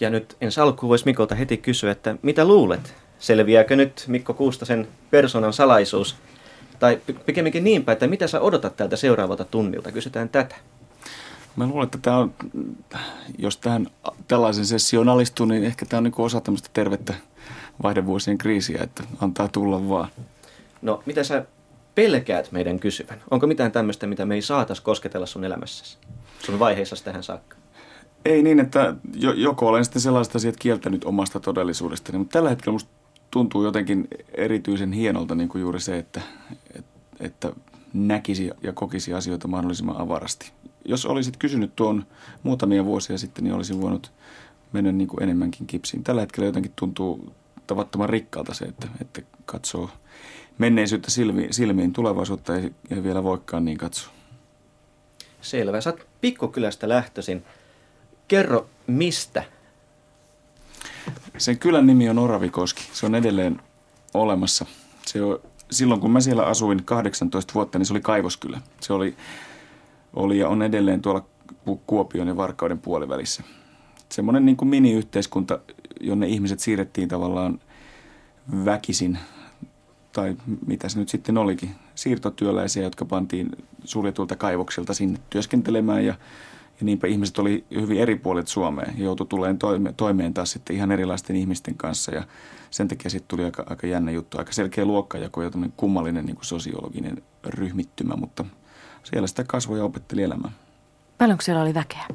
Ja nyt ensi alkuun voisi Mikolta heti kysyä, että mitä luulet? Selviääkö nyt Mikko Kuustosen persoonan salaisuus? Tai pikemminkin niinpä, että mitä sä odotat tältä seuraavalta tunnilta? Kysytään tätä. Mä luulen, että tämä on, jos tähän tällaisen sessioon alistuu, niin ehkä tämä on niin osa tämmöistä tervettä vaihdevuosien kriisiä, että antaa tulla vaan. No, mitä sä pelkäät meidän kysyvän? Onko mitään tämmöistä, mitä me ei saatais kosketella sun elämässäsi, sun vaiheissasi tähän saakka? Ei niin, että joko olen sitten sellaiset asiat kieltänyt omasta todellisuudestani, mutta tällä hetkellä musta tuntuu jotenkin erityisen hienolta niin kuin juuri se, että näkisi ja kokisi asioita mahdollisimman avarasti. Jos olisit kysynyt tuon muutamia vuosia sitten, niin olisin voinut mennä niin kuin enemmänkin kipsiin. Tällä hetkellä jotenkin tuntuu tavattoman rikkaalta se, että katsoo menneisyyttä silmiin, tulevaisuutta ei vielä voikaan niin katsoa. Selvä. Sä oot pikkukylästä lähtöisin. Kerro mistä? Sen kylän nimi on Oravikoski. Se on edelleen olemassa. Silloin kun mä siellä asuin 18 vuotta, niin se oli kaivoskylä. Se oli ja on edelleen tuolla Kuopion ja Varkauden puolivälissä. Semmoinen niin kuin mini-yhteiskunta, jonne ihmiset siirrettiin tavallaan väkisin, tai mitä se nyt sitten olikin, siirtotyöläisiä, jotka pantiin suljetulta kaivoksilta sinne työskentelemään ja niinpä ihmiset oli hyvin eri puolet Suomeen ja joutui tulemaan toimeen taas sitten ihan erilaisten ihmisten kanssa ja sen takia sitten tuli aika jännä juttu, aika selkeä luokkajako ja tämmöinen kummallinen niin kuin sosiologinen ryhmittymä, mutta siellä sitä kasvoi ja opetteli elämää. Paljonko siellä oli väkeä?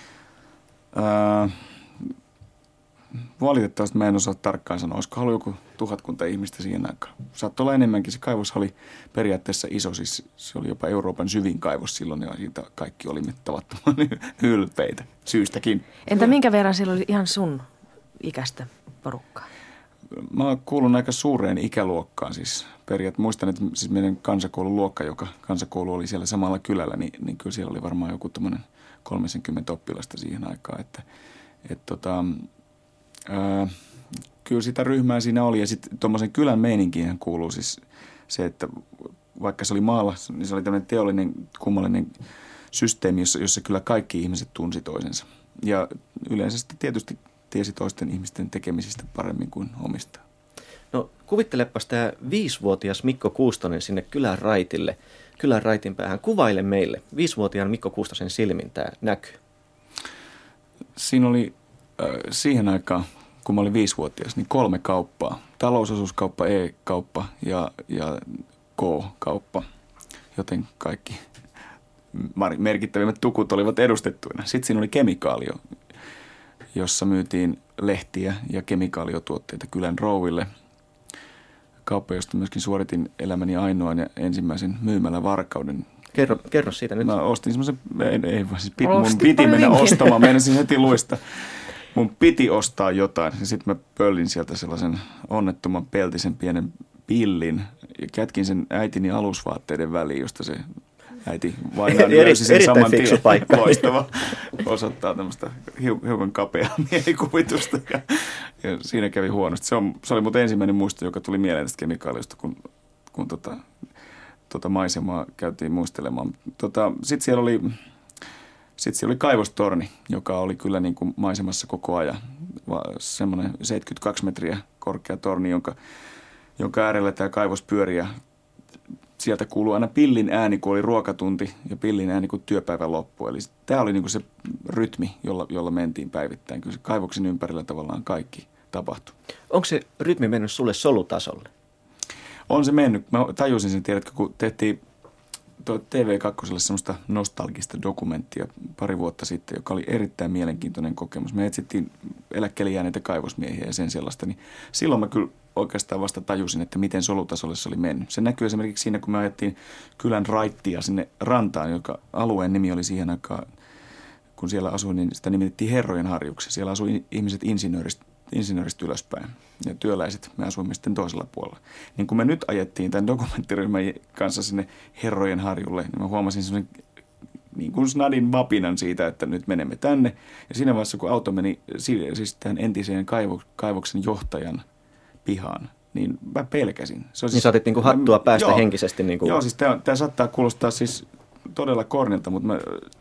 Valitettavasti mä en osaa tarkkaan sanoa, olisiko ollut joku 1000 ihmistä siihen aikaan. Saattoi olla enemmänkin. Se kaivos oli periaatteessa iso, siis se oli jopa Euroopan syvin kaivos silloin ja siitä kaikki olimme tavattoman ylpeitä syystäkin. Entä minkä verran siellä oli ihan sun ikäistä porukkaa? Mä kuulun aika suureen ikäluokkaan siis periaatteessa. Muistan, että siis meidän kansakoulun luokka, joka kansakoulu oli siellä samalla kylällä, niin kyllä siellä oli varmaan joku tämmöinen 30 oppilasta siihen aikaan, kyllä sitä ryhmää siinä oli ja sitten tuommoisen kylän meininkiin kuuluu siis se, että vaikka se oli maalla, niin se oli tämmöinen teollinen kummallinen systeemi, jossa kyllä kaikki ihmiset tunsi toisensa. Ja yleensä sitten tietysti tiesi toisten ihmisten tekemisistä paremmin kuin omista. No kuvittelepas tämä 5-vuotias Mikko Kuustonen sinne kylän raitin päähän. Kuvaile meille 5-vuotiaan Mikko Kuustosen silmin tämä näky. Siinä oli siihen aikaan, kun mä olin 5-vuotias, niin 3 kauppaa. Talousosuuskauppa, E-kauppa ja K-kauppa, joten kaikki merkittävimmät tukut olivat edustettuina. Sitten siinä oli kemikaalio, jossa myytiin lehtiä ja kemikaaliotuotteita kylän rouville. Kauppa, josta myöskin suoritin elämäni ainoan ja ensimmäisen myymällä Varkauden. Kerro siitä nyt. Mä ostin semmoisen, mun piti mennä ostamaan, meinasin heti luista. Mun piti ostaa jotain ja sitten mä pöllin sieltä sellaisen onnettoman peltisen pienen pillin ja kätkin sen äitini alusvaatteiden väliin, josta se äiti vainaan löysi sen saman tien. Paikka. Loistava. Osoittaa tämmöistä hiukan kapeaa mielikuvitusta ja siinä kävi huonosti. Se oli mut ensimmäinen muisto, joka tuli mieleen tästä kemikaalista, kun maisemaa käytiin muistelemaan. Sitten siellä oli kaivostorni, joka oli kyllä niin kuin maisemassa koko ajan. Semmoinen 72 metriä korkea torni, jonka äärellä tämä kaivos pyöri. Ja sieltä kuului aina pillin ääni, kun oli ruokatunti ja pillin ääni, kun työpäivän loppui. Eli tämä oli niin kuin se rytmi, jolla mentiin päivittäin. Kyllä se kaivoksen ympärillä tavallaan kaikki tapahtui. Onko se rytmi mennyt sulle solutasolle? On se mennyt. Mä tajusin sen, tiedätkö, kun tehtiin TV2 semmoista nostalgista dokumenttia pari vuotta sitten, joka oli erittäin mielenkiintoinen kokemus. Me etsittiin eläkkeelle jääneitä kaivosmiehiä ja sen sellaista, niin silloin mä kyllä oikeastaan vasta tajusin, että miten solutasolle se oli mennyt. Se näkyy esimerkiksi siinä, kun me ajettiin kylän raittia sinne rantaan, joka alueen nimi oli siihen aikaan, kun siellä asuin, niin sitä nimitettiin Herrojen harjuksi. Siellä asui ihmiset insinööristä ylöspäin ja työläiset, me asuimme sitten toisella puolella. Niin kun me nyt ajettiin tämän dokumenttiryhmän kanssa sinne Herrojen harjulle, niin mä huomasin semmoinen niin kuin snadin vapinan siitä, että nyt menemme tänne. Ja siinä vaiheessa, kun auto meni siis tähän entiseen kaivoksen johtajan pihaan, niin mä pelkäsin. Se niin saatit niin kuin hattua päästä henkisesti. Niin kuin. Joo, siis tämä saattaa kuulostaa siis todella kornilta, mutta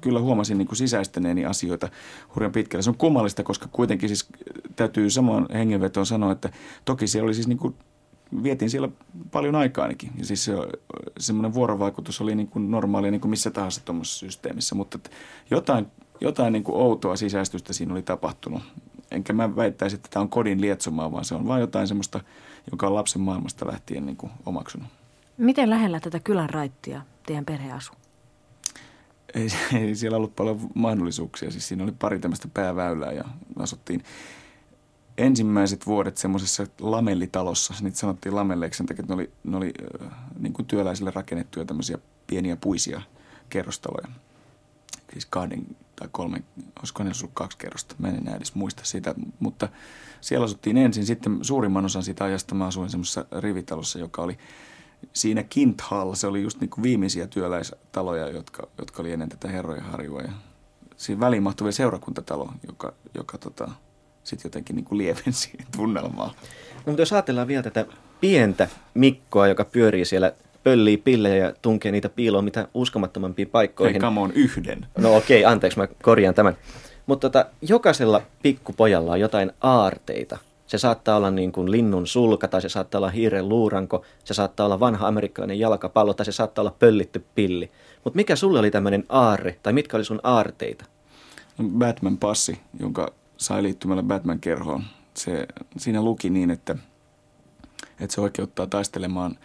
kyllä huomasin niin kuin sisäistäneeni asioita hurjan pitkälle. Se on kummallista, koska kuitenkin siis täytyy samaan hengenvetoon sanoa, että toki siellä oli siis niin kuin, vietin siellä paljon aikaa ainakin. Ja siis semmoinen vuorovaikutus oli niin kuin normaalia niin kuin missä tahansa tuommoisessa systeemissä, mutta jotain niin kuin outoa sisäistystä siinä oli tapahtunut. Enkä mä väittäisi, että tämä on kodin lietsomaa, vaan se on vain jotain semmoista, joka on lapsen maailmasta lähtien niin kuin omaksunut. Miten lähellä tätä kylän raittia teidän perhe asuu? Ei siellä ollut paljon mahdollisuuksia. Siis siinä oli pari tämmöistä pääväylää ja asuttiin ensimmäiset vuodet semmoisessa lamellitalossa. Niitä sanottiin lamelleiksi sen takia, että ne oli niin kuin työläisille rakennettuja tämmöisiä pieniä puisia kerrostaloja. Siis 2 tai 3, olisiko ne ollut 2 kerrosta. Mä en enää edes muista sitä, mutta siellä asuttiin ensin. Sitten suurimman osan siitä ajasta mä asuin semmoisessa rivitalossa, joka oli siinä Kinthall. Se oli just niin kuin viimeisiä työläistaloja, jotka oli ennen tätä Herrojen harjua. Ja siinä väliin mahtui vielä seurakuntatalo, joka sitten jotenkin niin kuin lievensi tunnelmaa. No, mutta jos ajatellaan vielä tätä pientä Mikkoa, joka pyörii siellä, pöllii pillejä ja tunkee niitä piiloon mitä uskomattomampiin paikkoihin. Hei, come on, yhden. No okei, anteeksi, mä korjaan tämän. Mutta jokaisella pikkupojalla on jotain aarteita. Se saattaa olla niin kuin linnun sulka, tai se saattaa olla hiiren luuranko, se saattaa olla vanha amerikkalainen jalkapallo, tai se saattaa olla pöllitty pilli. Mutta mikä sulle oli tämmöinen aarre, tai mitkä oli sun aarteita? Batman-passi, jonka sai liittymällä Batman-kerhoon. Siinä luki niin, että se oikeuttaa taistelemaan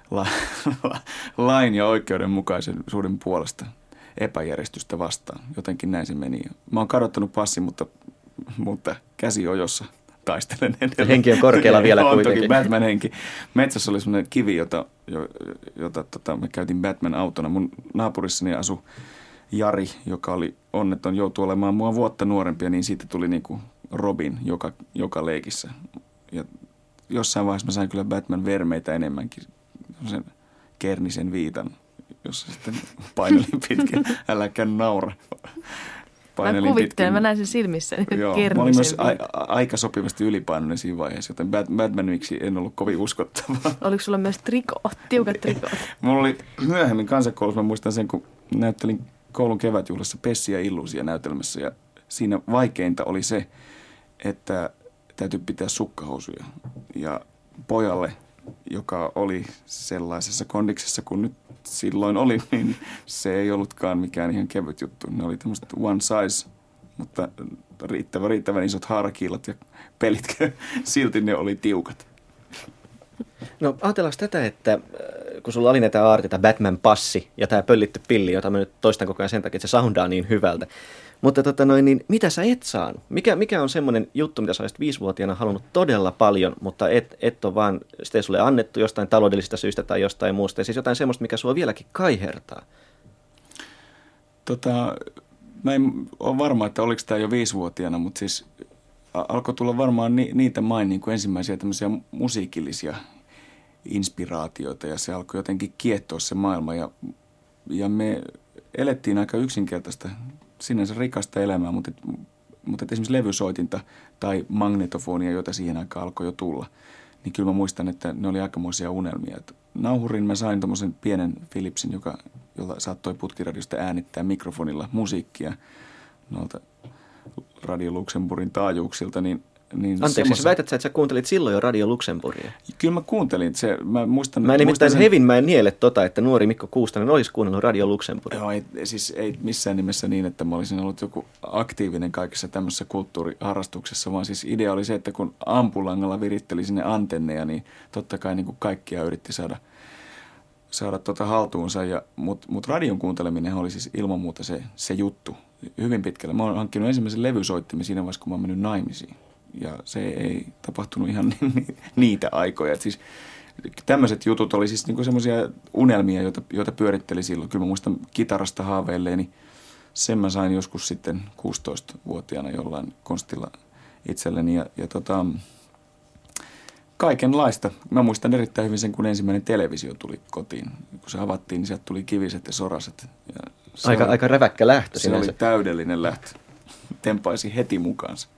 lain ja oikeudenmukaisuuden puolesta epäjärjestystä vastaan. Jotenkin näin se meni. Mä oon kadottanut passin, mutta käsi ojossa taistelen edelleen. Henki on korkealla vielä on kuitenkin. Toki Batman-henki. Metsässä oli semmoinen kivi, jota me käytin Batman-autona. Mun naapurissani asui Jari, joka oli onneton, joutui olemaan mua vuotta nuorempi, ja niin siitä tuli niinku Robin joka leikissä. Ja jossain vaiheessa mä sain kyllä Batman-vermeitä enemmänkin, sen Kernisen viitan, jossa sitten painelin pitkin, äläkä naura. Mä kuvittelen, mä näin sen silmissä. Joo, mä olin myös aika sopivasti ylipainoinen siinä vaiheessa, joten Batmaniksi en ollut kovin uskottava. Oliko sulla myös tiukat trikot? Mulla oli myöhemmin kansakoulussa, mä muistan sen, kun näyttelin koulun kevätjuhlassa Pessi ja Illuusia näytelmässä, ja siinä vaikeinta oli se, että täytyy pitää sukkahousuja. Ja pojalle, joka oli sellaisessa kondiksessa kuin nyt silloin oli, niin se ei ollutkaan mikään ihan kevyt juttu. Ne oli tämmöiset one size, mutta riittävän isot haarakiilat ja pelit, silti ne oli tiukat. No ajatellaan tätä, että kun sulla oli näitä aarteita, Batman-passi ja tämä pöllitty pilli, jota mä nyt toistan koko ajan sen takia, että se soundaa niin hyvältä. Mutta niin mitä sä et saanut? Mikä on semmoinen juttu, mitä sä olisit 5-vuotiaana halunnut todella paljon, mutta et ole vaan, sitä ei sulle annettu jostain taloudellisesta syystä tai jostain muusta. Ja siis jotain semmoista, mikä sua vieläkin kaihertaa. Mä en ole varma, että oliko tämä jo 5-vuotiaana, mutta siis alkoi tulla varmaan niitä niin kuin ensimmäisiä tämmöisiä musiikillisia inspiraatioita, ja se alkoi jotenkin kiehtoa se maailma, ja me elettiin aika yksinkertaista, sinänsä rikasta elämää, mutta esimerkiksi levysoitinta tai magnetofonia, joita siihen aikaan alkoi jo tulla, niin kyllä mä muistan, että ne oli aikamoisia unelmia. Et nauhurin mä sain tommosen pienen Philipsin, jolla saattoi putkiradiosta äänittää mikrofonilla musiikkia noilta Radio Luxemburgin taajuuksilta, niin anteeksi, siis väität sä, että sä kuuntelit silloin jo Radio Luxemburgia? Kyllä mä kuuntelin. Mä nimittäin mä en niele että nuori Mikko Kuustanen olisi kuunnellut Radio Luxemburgia. Joo, ei missään nimessä niin, että mä olisin ollut joku aktiivinen kaikessa tämmöisessä kulttuuriharrastuksessa, vaan siis idea oli se, että kun ampulangalla viritteli sinne antenneja, niin totta kai niin kuin kaikkia yritti saada haltuunsa. Mutta radion kuunteleminen oli siis ilman muuta se juttu hyvin pitkälle. Mä oon hankkinut ensimmäisen levysoittimen siinä vaiheessa, kun mä oon mennyt naimisiin. Ja se ei tapahtunut ihan niitä aikoja. Et siis tämmöiset jutut oli siis niinku semmoisia unelmia, joita pyöritteli silloin. Kyllä mä muistan kitarasta haaveilleeni. Sen mä sain joskus sitten 16-vuotiaana jollain konstilla itselleni. Ja kaikenlaista. Mä muistan erittäin hyvin sen, kun ensimmäinen televisio tuli kotiin. Kun se avattiin, niin sieltä tuli kiviset ja soraset. Ja aika räväkkä lähtö sinänsä. Se oli täydellinen lähtö. Tempaisi heti mukaansa.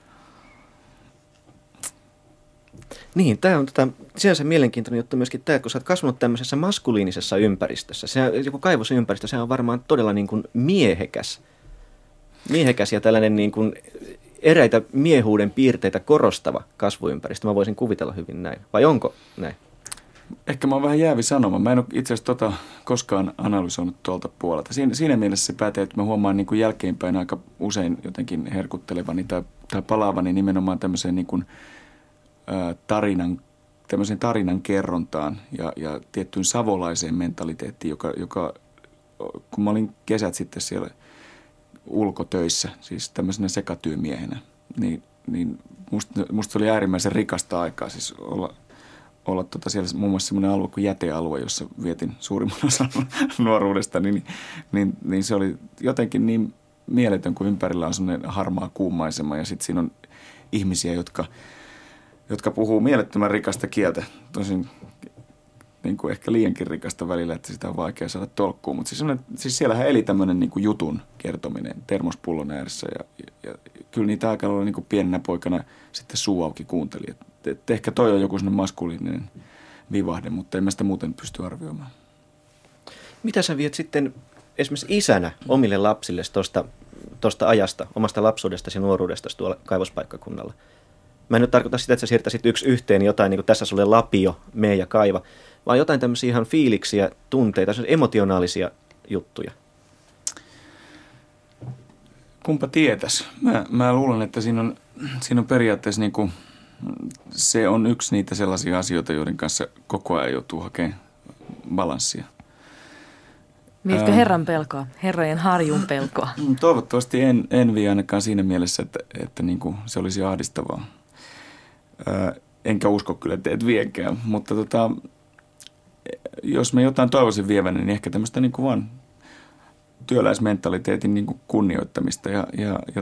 Niin, tämä on sinänsä mielenkiintoinen juttu myöskin tämä, kun sä oot kasvanut tämmöisessä maskuliinisessa ympäristössä. Joku kaivosympäristö, se on varmaan todella niin kuin miehekäs. miehekäs ja tällainen niin kuin eräitä miehuuden piirteitä korostava kasvuympäristö. Mä voisin kuvitella hyvin näin. Vai onko näin? Ehkä mä oon vähän jäävi sanoma. Mä en ole itse asiassa koskaan analysoinut tuolta puolelta. Siinä mielessä se pätee, että mä huomaan niin kuin jälkeenpäin aika usein jotenkin herkuttelevani tai palaavani nimenomaan tämmöiseen niin kuin, tarinan kerrontaan ja tiettyyn savolaiseen mentaliteettiin, joka kun mä olin kesät sitten siellä ulkotöissä, siis tämmöisenä sekatyömiehenä, niin musta oli äärimmäisen rikasta aikaa siis olla siellä muun muassa semmoinen alue kuin jätealue, jossa vietin suurimman osan nuoruudesta, niin se oli jotenkin niin mieletön, kun ympärillä on semmoinen harmaa kuumaisema ja sitten siinä on ihmisiä, jotka puhuu mielettömän rikasta kieltä, tosin niin kuin ehkä liiankin rikasta välillä, että sitä on vaikea saada tolkkuun, mutta siis siellähän eli tämmöinen niin kuin jutun kertominen termospullon ääressä ja kyllä niitä aika lailla niin kuin pienenä poikana sitten suu auki kuunteli, että ehkä toi on joku sellainen maskuliininen vivahde, mutta en mä sitä muuten pysty arvioimaan. Mitä sä viet sitten esimerkiksi isänä omille lapsille tuosta ajasta, omasta lapsuudestasi ja nuoruudestasi tuolla kaivospaikkakunnalla? Mä en nyt tarkoita sitä, että sä siirtäisit yksi yhteen jotain, niin kuin tässä sulle lapio, mee ja kaiva, vaan jotain tämmöisiä ihan fiiliksiä, tunteita, emotionaalisia juttuja. Kumpa tietäisi. Mä luulen, että siinä on periaatteessa niin kuin, se on yksi niitä sellaisia asioita, joiden kanssa koko ajan joutuu hakemaan balanssia. Mietkö Herran pelkoa, Herrojen harjun pelkoa? Toivottavasti en vie ainakaan siinä mielessä, että niin kuin se olisi ahdistavaa. Enkä usko kyllä, että et viekään, mutta jos mä jotain toivoisin vievänä, niin ehkä tämmöistä niin kuin vaan työläismentaliteetin niin kuin kunnioittamista ja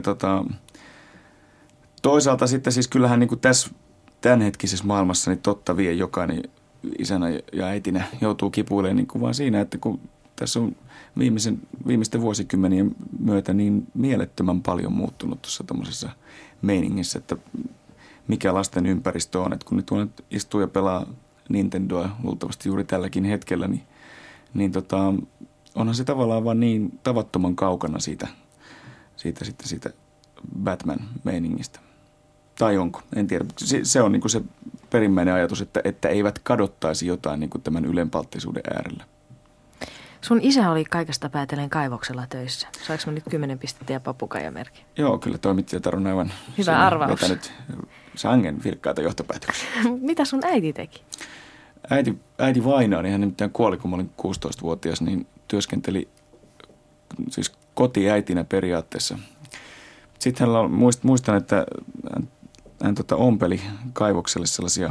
toisaalta sitten siis kyllähän niin kuin tässä tämänhetkisessä maailmassa niin totta vie jokainen isänä ja äitinä joutuu kipuilemaan niin kuin vaan siinä, että kun tässä on viimeisten vuosikymmenien myötä niin mielettömän paljon muuttunut tuossa tuommoisessa meiningissä, että mikä lasten ympäristö on. Että kun ne tuolla istuu ja pelaa Nintendoa luultavasti juuri tälläkin hetkellä, niin onhan se tavallaan vaan niin tavattoman kaukana siitä Batman-meiningistä. Tai onko, en tiedä. Se on niin kuin se perimmäinen ajatus, että eivät kadottaisi jotain niin kuin tämän ylenpalttisuuden äärellä. Sun isä oli kaikesta päätellen kaivoksella töissä. Saanko mä nyt 10 pistettä ja papukaijamerkin? Joo, kyllä toimittajatar on aivan hyvä arvaus. Vetänyt sangen virkkaita johtopäätöksiä. Mitä sun äiti teki? Äiti vainaani, hän nimittäin kuoli, kun mä olin 16-vuotias, niin työskenteli siis kotiäitinä periaatteessa. Sitten hän muistan, että hän ompeli kaivokselle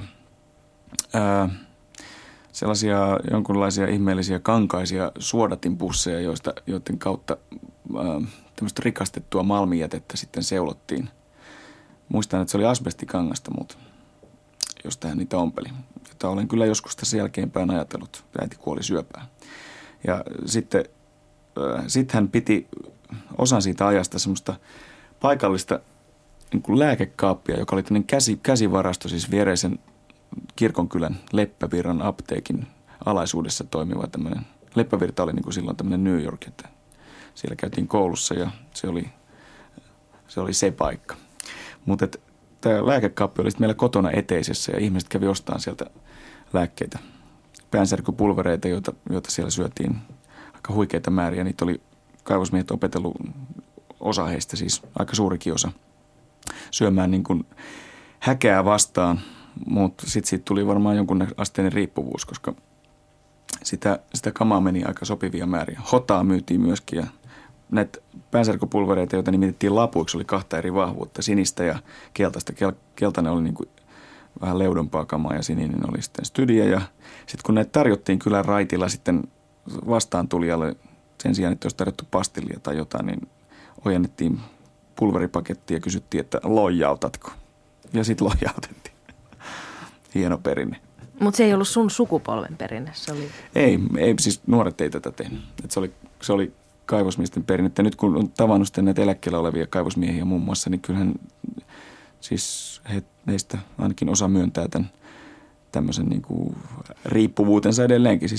sellaisia jonkunlaisia ihmeellisiä kankaisia suodatinpusseja, joiden kautta tämmöistä rikastettua malmijätettä sitten seulottiin. Muistan, että se oli asbestikangasta, mutta josta hän niitä ompeli. Jota olen kyllä joskus tässä jälkeenpäin ajatellut. Äiti kuoli syöpään. Ja sitten hän piti osan siitä ajasta semmoista paikallista niin kuin lääkekaappia, joka oli tämmöinen käsivarasto, siis viereisen kirkonkylän Leppävirran apteekin alaisuudessa toimiva tämmöinen. Leppävirta oli niin kuin silloin tämmöinen New York, että siellä käytiin koulussa ja se oli se paikka. Mutta tämä lääkekaappi oli meillä kotona eteisessä ja ihmiset kävi ostamaan sieltä lääkkeitä, päänsärkypulvereita, joita siellä syötiin aika huikeita määriä. Niitä oli kaivosmiehet opetellut, osa heistä siis aika suurikin osa, syömään niin kuin häkää vastaan, mutta sitten siitä tuli varmaan jonkun asteinen riippuvuus, koska sitä kamaa meni aika sopivia määriä. Hotaa myytiin myöskin ja näitä päänsärkypulvereita, joita nimitettiin lapuiksi, oli 2 eri vahvuutta, sinistä ja keltaista. Keltainen oli niin kuin vähän leudompaa kamaa ja sininen oli sitten Stydia. Ja sitten kun näitä tarjottiin kylän raitilla sitten vastaantulijalle, sen sijaan, että olisi tarjottu pastillia tai jotain, niin ojennettiin pulveripakettia ja kysyttiin, että lojautatko? Ja sitten lojautettiin. Hieno perinne. Mutta se ei ollut sun sukupolven perinne, se oli... Ei, siis nuoret ei tätä tehnyt. Se oli kaivosmiesten perinnettä. Nyt kun on tavannut sitten näitä eläkkeellä olevia kaivosmiehiä muun muassa, niin kyllähän siis heistä ainakin osa myöntää tämän tämmöisen niin kuin riippuvuutensa edelleenkin. Siis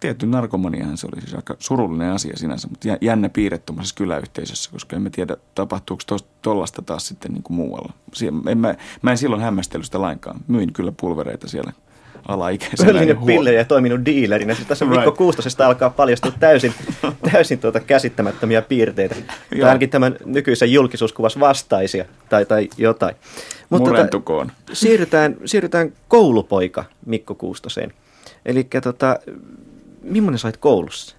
tietty narkomaniahan se oli siis aika surullinen asia sinänsä, mutta jännä piirre tuollaisessa kyläyhteisössä, koska emme tiedä, tapahtuuko tollasta taas sitten niin kuin muualla. Mä en silloin hämmästellyt sitä lainkaan. Myin kyllä pulvereita siellä alaikäisenä. Pöllinyt pillejä ja toiminut dealerina. Siis tässä Mikko Kuustosesta alkaa paljastua täysin käsittämättömiä piirteitä. Tai ainakin tämän nykyisen julkisuuskuvassa vastaisia tai jotain. Mutta murentukoon. Siirrytään koulupoika Mikko Kuustoseen. Eli millainen sait koulussa?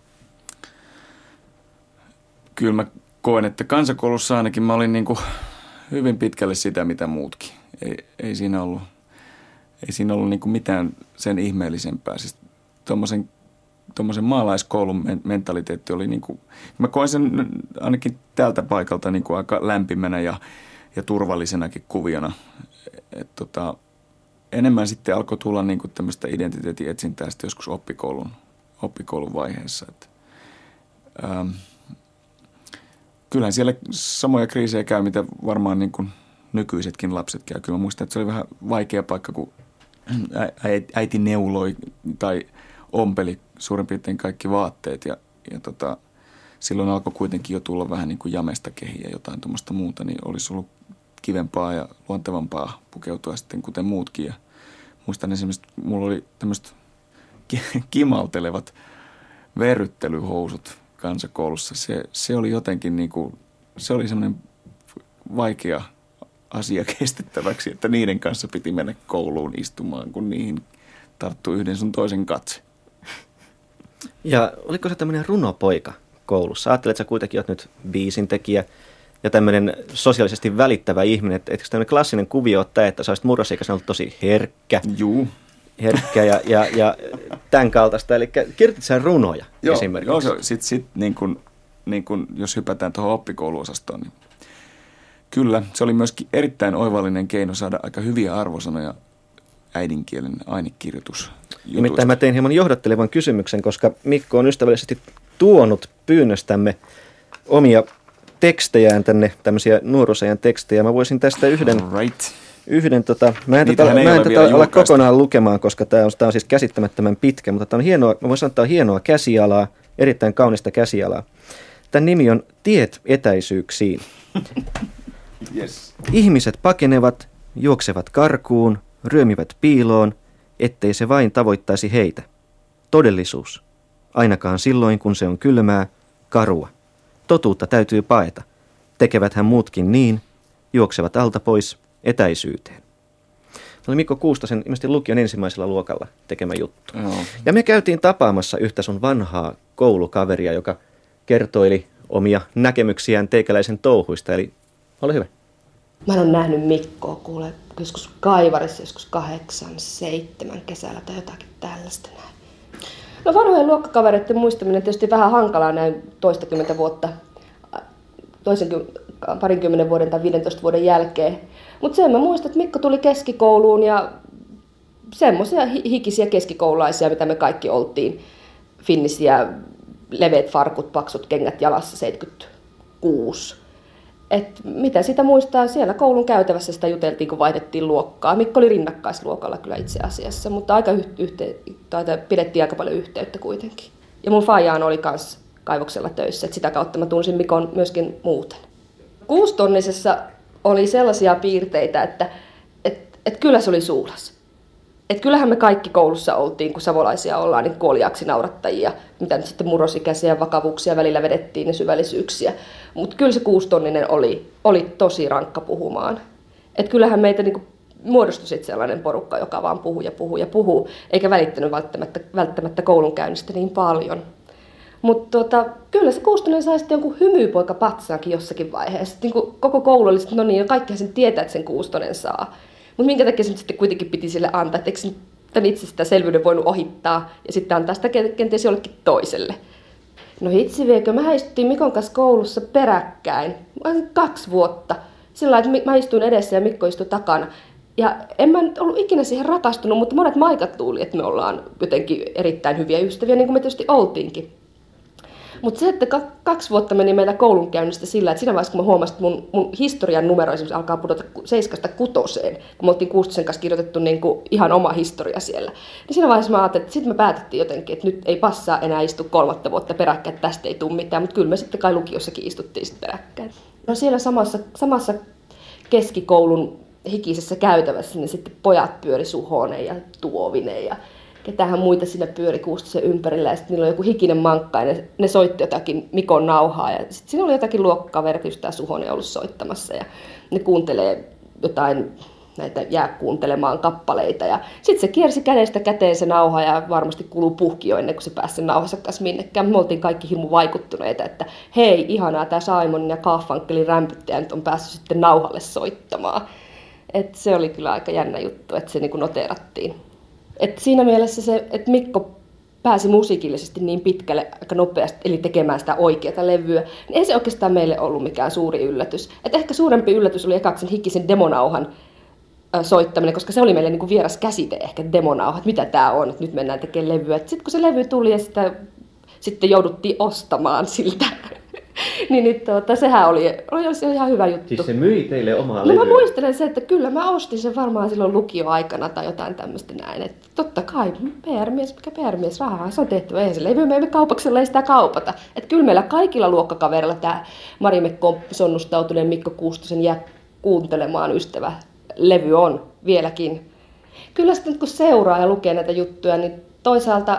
Kyllä mä koen, että kansakoulussa ainakin mä olin niin kuin hyvin pitkälle sitä, mitä muutkin. Ei siinä ollut niin kuin mitään sen ihmeellisempää. Siis tuommoisen maalaiskoulun mentaliteetti oli niin kuin, mä koen sen ainakin tältä paikalta niin kuin aika lämpimänä ja turvallisenakin kuviona. Enemmän sitten alkoi tulla niin kuin tämmöistä identiteetin etsintää sitten joskus oppikoulun vaiheessa. Kyllähän siellä samoja kriisejä käy, mitä varmaan niin kuin nykyisetkin lapset käy. Kyllä mä muistan, että se oli vähän vaikea paikka, kun äiti neuloi tai ompeli suurin piirtein kaikki vaatteet. Ja silloin alkoi kuitenkin jo tulla vähän niin kuin jamesta kehiä, jotain tuommoista muuta, niin olisi ollut kivempaa ja luontevampaa pukeutua sitten kuten muutkin. Ja muistan esimerkiksi, mulla oli tämmöiset kimaltelevat verryttelyhousut kansakoulussa. Se oli jotenkin niin kuin, se oli semmoinen vaikea asia kestettäväksi, että niiden kanssa piti mennä kouluun istumaan, kun niihin tarttui yhden sun toisen katse. Ja oliko se tämmöinen runopoika koulussa? Ajattelet, että sä kuitenkin oot nyt biisintekijä ja tämmöinen sosiaalisesti välittävä ihminen. Etkö tämmöinen klassinen kuvio ole tämä, että sä olisit murrosikäisenä ollut tosi herkkä? Juu. Herkkä ja tämän kaltaista. Eli kirjoitit sä runoja esimerkiksi? Joo, sitten niin kun, jos hypätään tuohon oppikouluosastoon, niin kyllä, se oli myöskin erittäin oivallinen keino saada aika hyviä arvosanoja äidinkielen ainekirjoitusjutuista. Nimittäin mä tein hieman johdattelevan kysymyksen, koska Mikko on ystävällisesti tuonut pyynnöstämme omia tekstejään tänne, tämmöisiä nuoruusajan tekstejä. Mä voisin tästä yhden mä en tätä ala kokonaan lukemaan, koska tämä on siis käsittämättömän pitkä, mutta tämä on hienoa, mä voin sanoa, että tämä on hienoa käsialaa, erittäin kaunista käsialaa. Tämän nimi on Tiet etäisyyksiin. Yes. Ihmiset pakenevat, juoksevat karkuun, ryömivät piiloon, ettei se vain tavoittaisi heitä. Todellisuus. Ainakaan silloin, kun se on kylmää, karua. Totuutta täytyy paeta. Tekeväthän muutkin niin, juoksevat alta pois etäisyyteen. Se oli Mikko Kuustosen ilmeisesti lukion ensimmäisellä luokalla tekemä juttu. Joo. Ja me käytiin tapaamassa yhtä sun vanhaa koulukaveria, joka kertoili omia näkemyksiään teikäläisen touhuista. Eli ole hyvä. Mä en ole nähnyt Mikkoa kuule joskus Kaivarissa, joskus 8-7 kesällä tai jotakin tällaista näin. No vanhojen luokkakavereiden muistaminen tietysti vähän hankalaa näin toistakymmentä vuotta, parinkymmenen vuoden tai 15 vuoden jälkeen. Mutta sen mä muistan, että Mikko tuli keskikouluun ja semmoisia hikisiä keskikoululaisia, mitä me kaikki oltiin. Finnisiä, leveät farkut, paksut kengät jalassa 76. Et mitä sitä muistaa, siellä koulun käytävässä sitä juteltiin, kun vaihdettiin luokkaa. Mikko oli rinnakkaisluokalla kyllä itse asiassa, mutta pidettiin aika paljon yhteyttä kuitenkin. Ja mun faijaan oli myös kaivoksella töissä, että sitä kautta mä tunsin Mikon myöskin muuten. Kuustonnisessa oli sellaisia piirteitä, että kyllä se oli suulas. Että kyllähän me kaikki koulussa oltiin, kun savolaisia ollaan, niin kuoliaaksi naurattajia, mitä nyt sitten murrosikäisiä vakavuuksia välillä vedettiin ja syvällisyyksiä. Mutta kyllä se kuustonninen oli tosi rankka puhumaan. Että kyllähän meitä niinku muodostui sitten sellainen porukka, joka vaan puhuu, eikä välittänyt välttämättä koulunkäynnistä niin paljon. Mutta kyllä se kuustoninen sai sitten jonkun hymypoika patsaankin jossakin vaiheessa. Niin koko koulu oli sitten, no niin, kaikkihan sen tietää, että sen kuustonen saa. Mutta minkä takia se sitten kuitenkin piti sille antaa, että eikö tämän itse sitä selvyyden voinut ohittaa ja sitten antaa sitä kenties jollekin toiselle. No hitsi viekö, mä istuttiin Mikon kanssa koulussa peräkkäin, 2 vuotta. Sillä lailla, että mä istuin edessä ja Mikko istui takana. Ja en mä nyt ollut ikinä siihen rakastunut, mutta monet maikat luuli, että me ollaan jotenkin erittäin hyviä ystäviä, niin kuin me tietysti oltiinkin. Mutta se, että 2 vuotta meni meillä koulunkäynnistä sillä, että siinä vaiheessa, kun mä huomasin, että mun historian numero esimerkiksi alkaa pudota 7-6, kun me oltiin Kuustosen kanssa kirjoitettu niin kuin ihan oma historia siellä, niin siinä vaiheessa mä ajattelin, että sitten me päätettiin jotenkin, että nyt ei passaa enää istu 3 vuotta peräkkäin, että tästä ei tule mitään, mutta kyllä me sitten kai lukiossakin istuttiin sitten peräkkäin. No siellä samassa keskikoulun hikisessä käytävässä, niin sitten pojat pyöri Suhonen ja Tuovinen ja ketähän muita siinä pyöri Kuustosen ympärillä, ja sitten niillä oli joku hikinen mankka, ja ne soitti jotakin Mikon nauhaa, ja sitten siinä oli jotakin luokkakaverit, just tämä Suhonen ollut soittamassa, ja ne kuuntelee jotain näitä jää kuuntelemaan kappaleita, ja sitten se kiersi kädestä käteen se nauha, ja varmasti kuluu puhki jo ennen kuin se pääsi sen nauhansa kanssa minnekään. Me oltiin kaikki hirmu vaikuttuneita, että hei, ihanaa, tämä Simonin ja Garfunkelin rämpyttäjä nyt on päässyt sitten nauhalle soittamaan. Et se oli kyllä aika jännä juttu, että se niin kuin noteerattiin. Et siinä mielessä se, että Mikko pääsi musiikillisesti niin pitkälle aika nopeasti, eli tekemään sitä oikeata levyä, niin ei se oikeastaan meille ollut mikään suuri yllätys. Et ehkä suurempi yllätys oli ekaksi sen hikisen demonauhan soittaminen, koska se oli meille niin kuin vieras käsite ehkä demonauha, että mitä tämä on, että nyt mennään tekemään levyä. Sitten kun se levy tuli ja sitä sitten jouduttiin ostamaan siltä, niin sehän oli ihan hyvä juttu. Siis se myi teille omaa levyä? levyä? No mä muistelen se, että kyllä mä ostin sen varmaan silloin lukioaikana tai jotain tämmöistä näin. Että totta kai, PR-mies, rahaa se on tehty. Eihän se levy meille kaupaksella, ei sitä kaupata. Että kyllä meillä kaikilla luokkakaverilla tämä Marimme sonnustautuneen Mikko Kuustosen jää kuuntelemaan ystävä levy on vieläkin. Kyllä sitten kun seuraa ja lukee näitä juttuja, niin toisaalta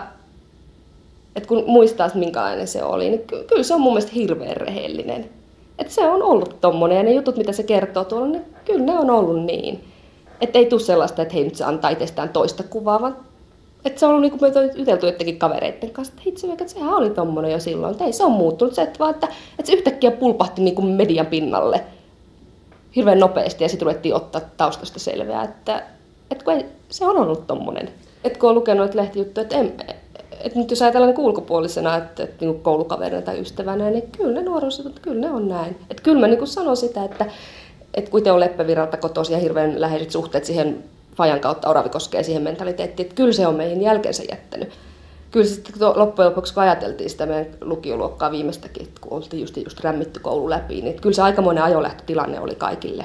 että kun muistaa, minkälainen se oli, niin kyllä se on mun mielestä hirveän rehellinen. Että se on ollut tommonen, ja ne jutut, mitä se kertoo tuolla, niin kyllä ne on ollut niin. Että ei tule sellaista, että hei nyt se antaa itsestään toista kuvaa, vaan että se on ollut niin kuin me on juteltu jotenkin kavereiden kanssa, että hitsi, että sehän oli tommonen jo silloin. Että ei se on muuttunut, se, että, vaan, että se yhtäkkiä pulpahti niin kuin median pinnalle hirveän nopeasti, ja sitten ruvettiin ottaa taustasta selvää, että kun ei, se on ollut tommonen. Että kun on lukenut että lehtijuttuja, että nyt jos ajatellaan niin ulkopuolisena, että niin koulukaverina tai ystävänä, niin kyllä ne nuoruusjutut, kyllä ne on näin. Että kyllä mä niin sanon sitä, että kun itse on Leppävirralta kotoisin ja hirveän läheiset suhteet siihen Fajan kautta Oravikoskeen siihen mentaliteettiin, että kyllä se on meihin jälkeensä jättänyt. Kyllä sitten loppujen lopuksi, kun ajateltiin sitä meidän lukioluokkaa viimeistäkin, kun oltiin just rämmitty koulu läpi, niin kyllä se aikamoinen ajolähtötilanne oli kaikille.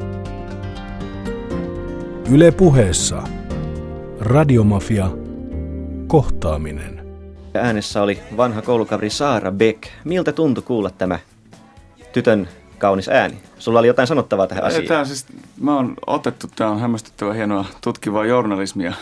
Yle Puheessa. Radiomafia. Kohtaaminen. Äänessä oli vanha koulukaveri Saara Beck. Miltä tuntui kuulla tämä tytön kaunis ääni? Sulla oli jotain sanottavaa tähän asiaan. Mä oon otettu, tää on hämmästyttävän hienoa tutkivaa journalismia.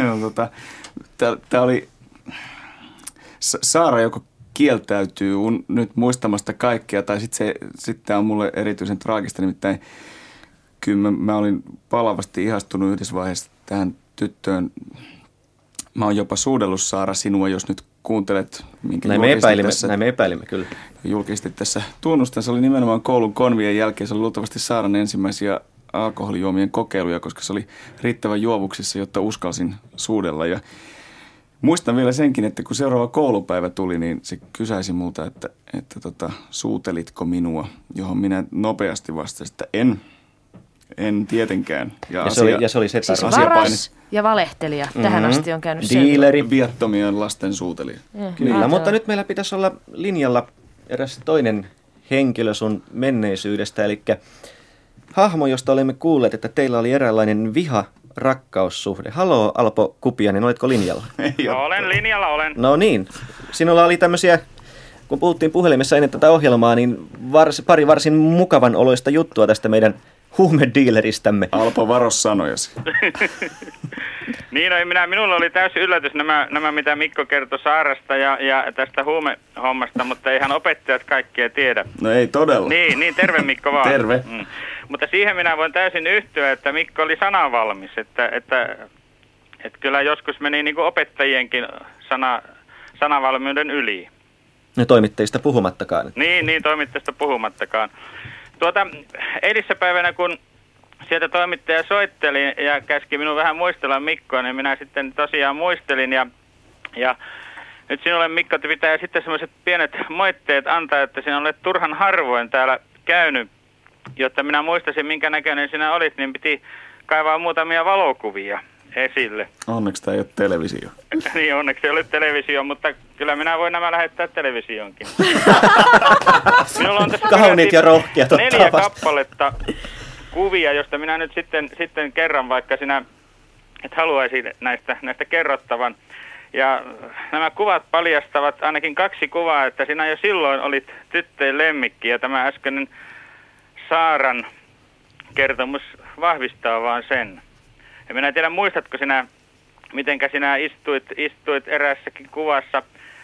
Tää oli Saara, joka kieltäytyy nyt muistamasta kaikkea, tai sitten tää on mulle erityisen traagista, nimittäin kyllä mä olin palavasti ihastunut yhdessä vaiheessa tähän tyttöön. Mä oon jopa suudellut, Saara, sinua, jos nyt kuuntelet, minkä näin me epäilimme kyllä. Julkistit tässä tunnustan. Se oli nimenomaan koulun konvien jälkeen. Se oli luultavasti Saaran ensimmäisiä alkoholijuomien kokeiluja, koska se oli riittävän juovuksissa, jotta uskalsin suudella. Ja muistan vielä senkin, että kun seuraava koulupäivä tuli, niin se kysäisi multa, että suutelitko minua, johon minä nopeasti vastasin, että en tietenkään. Ja se oli se siis varas ja valehtelija. Tähän asti on käynyt diileri. Viattomien lasten suutelija. Kyllä, mutta nyt meillä pitäisi olla linjalla eräs toinen henkilö sun menneisyydestä, eli hahmo, josta olemme kuulleet, että teillä oli eräänlainen viha-rakkaussuhde. Haloo, Alpo Kupiainen, oletko linjalla? Olen linjalla. No niin, sinulla oli tämmöisiä, kun puhuttiin puhelimessa ennen tätä ohjelmaa, niin pari varsin mukavan oloista juttua tästä meidän huumediileristämme. Alpo, varo sanojasi. Niin, minulla oli täysin yllätys nämä mitä Mikko kertoi Saarasta ja tästä huumehommasta, mutta eihän opettajat kaikkea tiedä. No ei todella. Niin terve Mikko vaan. Terve. Mutta siihen minä voin täysin yhtyä, että Mikko oli sanavalmis, että kyllä joskus meni niin kuin opettajienkin sanavalmiuden yli. No toimittajista puhumattakaan. Niin toimittajista puhumattakaan. Eilissäpäivänä, kun sieltä toimittaja soitteli ja käski minun vähän muistella Mikkoa, niin minä sitten tosiaan muistelin. Ja nyt sinulle, Mikko, pitää sitten semmoiset pienet moitteet antaa, että sinä olet turhan harvoin täällä käynyt. Jotta minä muistasin, minkä näköinen sinä olit, niin piti kaivaa muutamia valokuvia. esille. Onneksi tämä ei ole televisio. Niin, onneksi ei ole televisio, mutta kyllä minä voin nämä lähettää televisioonkin. Minulla on tässä kauniit ja rohkeat 4 kappaletta kuvia, josta minä nyt sitten kerran, vaikka sinä et haluaisi näistä kerrottavan. Ja nämä kuvat paljastavat ainakin 2 kuvaa, että sinä jo silloin olit tyttöjen lemmikki, ja tämä äskeinen Saaran kertomus vahvistaa vaan sen. Ja minä en tiedä, muistatko sinä, mitenkä sinä istuit erässäkin kuvassa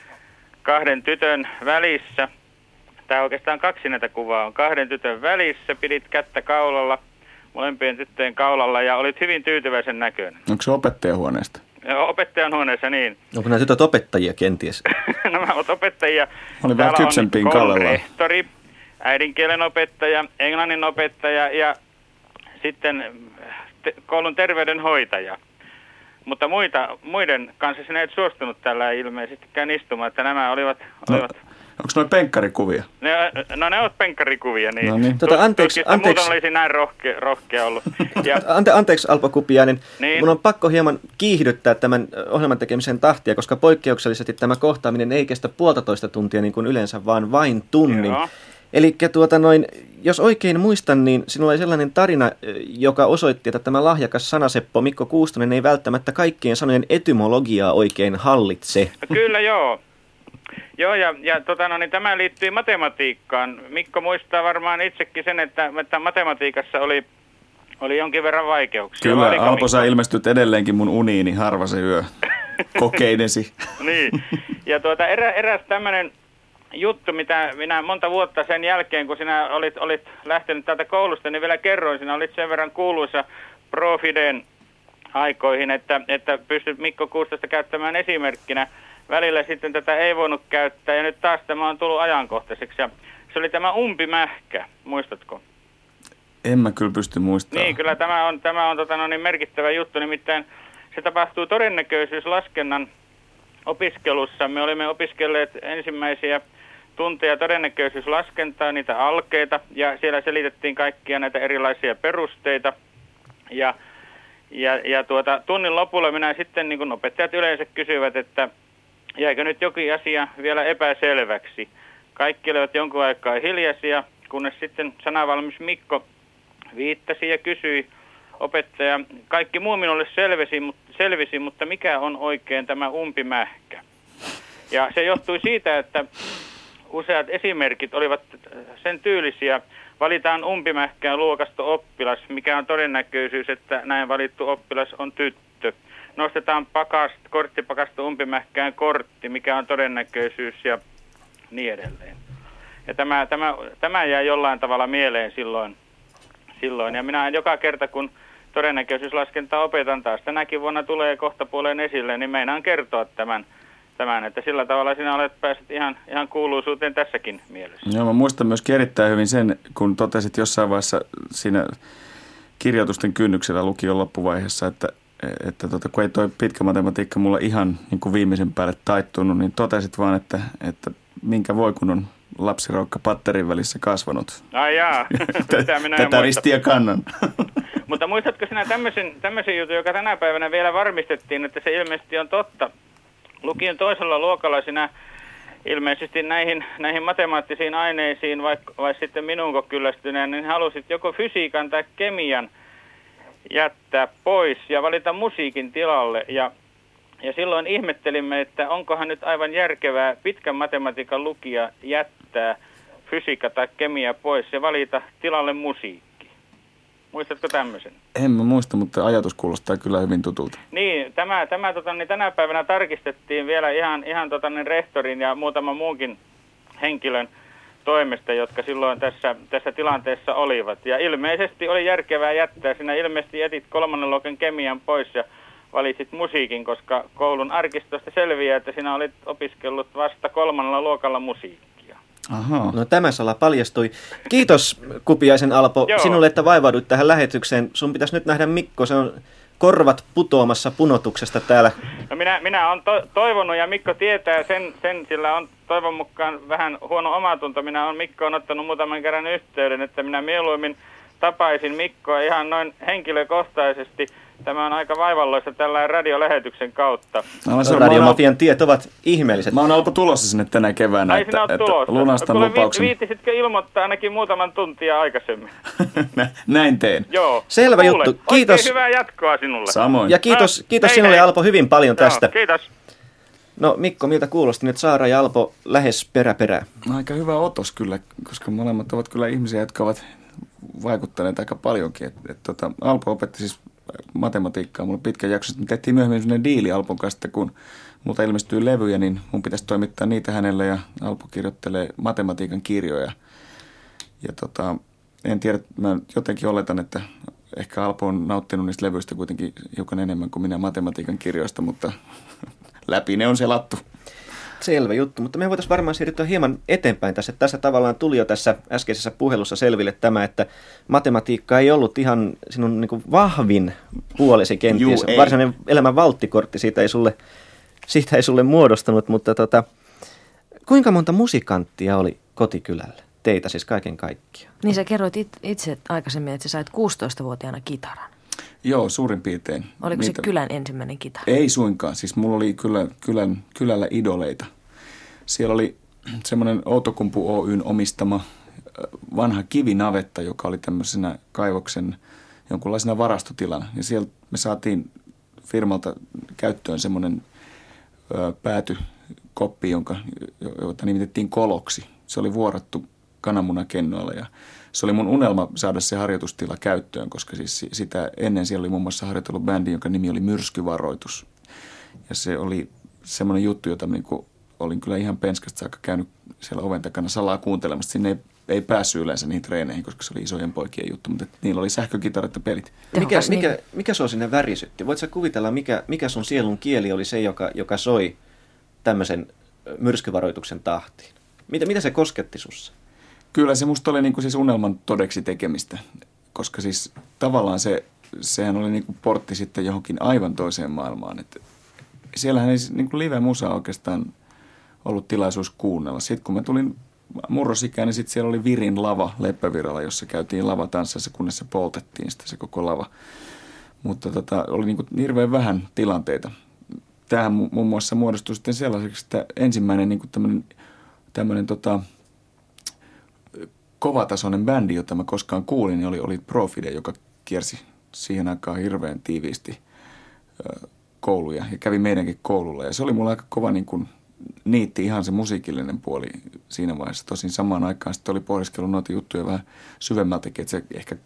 2 tytön välissä. Tämä oikeastaan 2 näitä kuvaa on. 2 tytön välissä, pidit kättä kaulalla, molempien tyttöjen kaulalla, ja olit hyvin tyytyväisen näköinen. Onko se opettajahuoneesta? Opettajan huoneessa, niin. Onko nämä tytöt opettajia kenties? Nämä ovat opettajia. Oli vähän kypsempiin kallella. Rehtori, äidinkielen opettaja, englannin opettaja ja sitten koulun terveydenhoitaja. Mutta muiden kanssa sinä et suostunut tällä ilmeisestikään istumaan, että nämä olivat... Onko noin penkkarikuvia? Ne ovat penkkarikuvia, niin. No niin. Anteeksi. Muuten olisi näin rohkea ollut. Ja, Anteeksi Alpo Kupiainen, niin. Mun on pakko hieman kiihdyttää tämän ohjelman tekemisen tahtia, koska poikkeuksellisesti tämä kohtaaminen ei kestä 1,5 tuntia niin kuin yleensä, vaan vain tunnin. Joo. Eli jos oikein muistan, niin sinulla oli sellainen tarina, joka osoitti, että tämä lahjakas sanaseppo Mikko Kuustonen ei välttämättä kaikkien sanojen etymologiaa oikein hallitse. Kyllä joo. Joo, ja niin tämä liittyy matematiikkaan. Mikko muistaa varmaan itsekin sen, että matematiikassa oli jonkin verran vaikeuksia. Kyllä, Alpo, sä ilmestyt edelleenkin mun uniini harva se yö kokeinesi. Niin, ja eräs tämmöinen juttu, mitä minä monta vuotta sen jälkeen, kun sinä olit lähtenyt täältä koulusta, niin vielä kerroin, sinä olit sen verran kuuluisa Profiden aikoihin, että pystyt Mikko Kuustosta käyttämään esimerkkinä. Välillä sitten tätä ei voinut käyttää, ja nyt taas tämä on tullut ajankohtaiseksi. Ja se oli tämä umpimähkä, muistatko? En mä kyllä pysty muistamaan. Niin, kyllä tämä on merkittävä juttu, nimittäin se tapahtuu todennäköisyyslaskennan opiskelussa. Me olimme opiskelleet ensimmäisiä tunteja todennäköisyyslaskentaa, niitä alkeita, ja siellä selitettiin kaikkia näitä erilaisia perusteita. Ja tunnin lopulla minä sitten, niin kuin opettajat yleensä kysyvät, että jäikö nyt jokin asia vielä epäselväksi. Kaikki olivat jonkun aikaa hiljaisia, kunnes sitten sanavalmis Mikko viittasi ja kysyi opettaja. Kaikki muu minulle selvisi, mutta mikä on oikein tämä umpimähkä? Ja se johtui siitä, että useat esimerkit olivat sen tyylisiä. Valitaan umpimähkään luokasto-oppilas, mikä on todennäköisyys, että näin valittu oppilas on tyttö. Nostetaan korttipakasta umpimähkään kortti, mikä on todennäköisyys ja niin edelleen. Ja tämä jäi jollain tavalla mieleen silloin. Ja minä joka kerta, kun todennäköisyyslaskentaa opetan taas tänäkin vuonna tulee kohtapuoleen esille, niin meinaan kertoa tämän, että sillä tavalla sinä olet päässyt ihan kuuluisuuteen tässäkin mielessä. Joo, mä muistan myös erittäin hyvin sen, kun totesit jossain vaiheessa siinä kirjoitusten kynnyksellä lukion loppuvaiheessa, että kun ei toi pitkä matematiikka mulla ihan niin kuin viimeisen päälle taittunut, niin totesit vaan, että minkä voi, kun on lapsiroukka patterin välissä kasvanut. Ai jaa, tätä ristiä kannan. Mutta muistatko sinä tämmöisen jutun, joka tänä päivänä vielä varmistettiin, että se ilmeisesti on totta? Lukion toisella luokalla sinä ilmeisesti näihin matemaattisiin aineisiin, vai sitten minuunko kyllästyneen, niin halusit joko fysiikan tai kemian jättää pois ja valita musiikin tilalle. Ja silloin ihmettelimme, että onkohan nyt aivan järkevää pitkän matematiikan lukija jättää fysiikka tai kemia pois ja valita tilalle musiikki. Muistatko tämmöisen? En mä muista, mutta ajatus kuulostaa kyllä hyvin tutulta. Niin, tänä päivänä tarkistettiin vielä ihan rehtorin ja muutaman muunkin henkilön toimesta, jotka silloin tässä tilanteessa olivat. Ja ilmeisesti oli järkevää jättää. Sinä ilmeisesti jätit 3. luokan kemian pois ja valitsit musiikin, koska koulun arkistosta selviää, että sinä olit opiskellut vasta 3. luokalla musiikkia. Aha. No tämä sala paljastui. Kiitos Kupiaisen Alpo sinulle, että vaivauduit tähän lähetykseen. Sun pitäisi nyt nähdä Mikko, se on korvat putoamassa punotuksesta täällä. No minä olen toivonut ja Mikko tietää sen, sillä on toivon mukaan vähän huono omatunto. Mikko on ottanut muutaman kerran yhteyden, että minä mieluummin tapaisin Mikkoa ihan noin henkilökohtaisesti. Tämä on aika vaivalloista tällainen radiolähetyksen kautta. Radiomafian tiet ovat ihmeelliset. Mä oon Alpo tulossa sinne tänä keväänä, Ai sinä oot tulossa. Lunastan lupauksen. Viittisitkö ilmoittaa ainakin muutaman tuntia aikaisemmin? Näin teen. Joo. Selvä Kuulen. juttu. Kiitos. Oikein hyvää jatkoa sinulle. Samoin. Ja kiitos hei, sinulle hei. Alpo hyvin paljon tästä. Joo, kiitos. No Mikko, miltä kuulosti nyt Saara ja Alpo lähes perä? Aika hyvä otos kyllä, koska molemmat ovat kyllä ihmisiä, jotka ovat vaikuttaneet aika paljonkin. Alpo opetti siis matematiikkaa mulle pitkän jakson. Me tehtiin myöhemmin sellainen diili Alpon kanssa, että kun multa ilmestyy levyjä, niin mun pitäisi toimittaa niitä hänelle ja Alpo kirjoittelee matematiikan kirjoja. Ja en tiedä, mä jotenkin oletan, että ehkä Alpo on nauttinut niistä levyistä kuitenkin hiukan enemmän kuin minä matematiikan kirjoista, mutta läpi ne on selattu. Selvä juttu, mutta me voitaisiin varmaan siirtyä hieman eteenpäin tässä. Tässä tavallaan tuli jo tässä äskeisessä puhelussa selville tämä, että matematiikka ei ollut ihan sinun niin kuin vahvin puolesi kenties. Varsinainen elämän valttikortti siitä ei sulle muodostunut, mutta kuinka monta musikanttia oli kotikylällä? Teitä siis kaiken kaikkiaan. Niin sä kerroit itse aikaisemmin, että sä sait 16-vuotiaana kitaran. Joo, suurin piirtein. Oliko se kylän ensimmäinen kitara? Ei suinkaan. Siis mulla oli kylällä idoleita. Siellä oli semmoinen Outokumpu Oyn omistama vanha kivinavetta, joka oli tämmöisenä kaivoksen jonkunlaisena varastotilana. Ja siellä me saatiin firmalta käyttöön semmoinen päätykoppi, jota nimitettiin koloksi. Se oli vuorattu kananmunakennoilla ja se oli mun unelma saada se harjoitustila käyttöön, koska siis sitä ennen siellä oli muun muassa harjoitellut bändi, jonka nimi oli Myrskyvaroitus. Ja se oli semmoinen juttu, jota olin kyllä ihan penskasta saakka käynyt siellä oven takana salaa kuuntelemassa. Sinne ei päässyt yleensä niihin treeneihin, koska se oli isojen poikien juttu, mutta niillä oli sähkökitarat ja pelit. Mikä sua sinne värisytti? Voit sä kuvitella, mikä sun sielun kieli oli se, joka soi tämmöisen myrskyvaroituksen tahtiin? Mitä se kosketti sussa? Kyllä se musta oli siis unelman todeksi tekemistä, koska siis tavallaan sehän oli portti sitten johonkin aivan toiseen maailmaan. Että siellähän ei live-musaa oikeastaan ollut tilaisuus kuunnella. Sitten kun mä tulin murrosikään, niin sitten siellä oli Virin lava Leppävirralla, jossa käytiin lavatanssissa, kunnes se poltettiin sitten se koko lava. Mutta oli hirveän vähän tilanteita. Tämähän muun muassa muodostui sitten sellaiseksi, että ensimmäinen tämmöinen kovatasoinen bändi, jota mä koskaan kuulin, niin oli Profide, joka kiersi siihen aikaan hirveän tiiviisti kouluja ja kävi meidänkin koululla. Ja se oli mulla aika kova niitti ihan se musiikillinen puoli siinä vaiheessa. Tosin samaan aikaan sitten oli pohdiskellut noita juttuja vähän syvemmältäkin, että se ehkä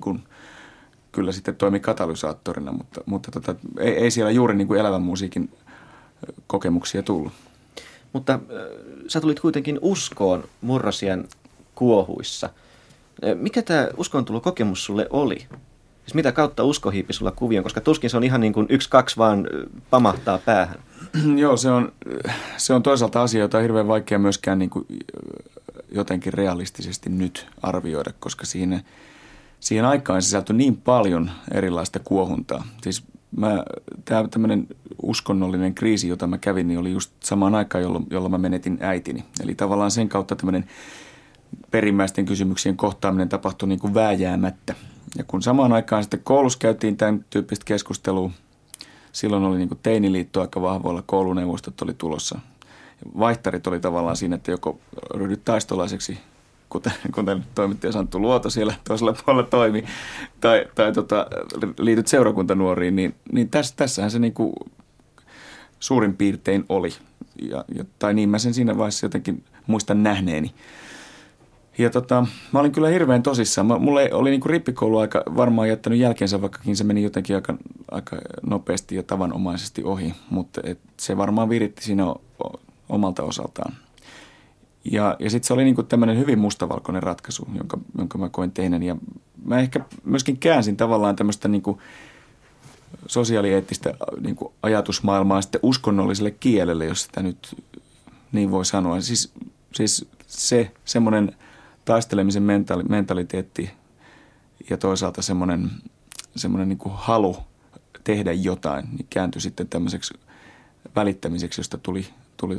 kyllä sitten toimi katalysaattorina, mutta ei siellä juuri elävän musiikin kokemuksia tullut. Mutta sä tulit kuitenkin uskoon murrosien kuohuissa. Mikä tämä uskoontulokokemus sulle oli? Siis mitä kautta usko hiipi sulla kuvion? Koska tuskin se on ihan 1-2 vaan pamahtaa päähän. Joo, se on toisaalta asia, jota on hirveän vaikea myöskään jotenkin realistisesti nyt arvioida, koska siihen aikaan sisältyi niin paljon erilaista kuohuntaa. Siis tämä tämmöinen uskonnollinen kriisi, jota mä kävin, niin oli just samaan aikaan, jolloin mä menetin äitini. Eli tavallaan sen kautta tämmöinen perimmäisten kysymyksien kohtaaminen tapahtui vääjäämättä. Ja kun samaan aikaan sitten koulussa käytiin tämän tyyppistä keskustelua, silloin oli teiniliitto aika vahvoilla, kouluneuvostot oli tulossa. Vaihtarit oli tavallaan siinä, että joko ryhdyt taistolaiseksi, kuten toimittaja Santtu Luoto siellä toisella puolella toimi, tai liityt seurakuntanuoriin, niin tässähän se suurin piirtein oli. Tai niin mä sen siinä vaiheessa jotenkin muistan nähneeni. Ja mä olin kyllä hirveän tosissaan. Mulle oli rippikoulu aika varmaan jättänyt jälkeensä, vaikkakin se meni jotenkin aika nopeasti ja tavanomaisesti ohi. Mutta se varmaan viritti siinä omalta osaltaan. Ja sitten se oli tämmöinen hyvin mustavalkoinen ratkaisu, jonka mä koin tehneen. Ja mä ehkä myöskin käänsin tavallaan tämmöistä sosiaalieettistä ajatusmaailmaa sitten uskonnolliselle kielelle, jos sitä nyt niin voi sanoa. Siis se semmoinen taistelemisen mentaliteetti ja toisaalta semmoinen halu tehdä jotain, niin kääntyi sitten tämmöiseksi välittämiseksi, josta tuli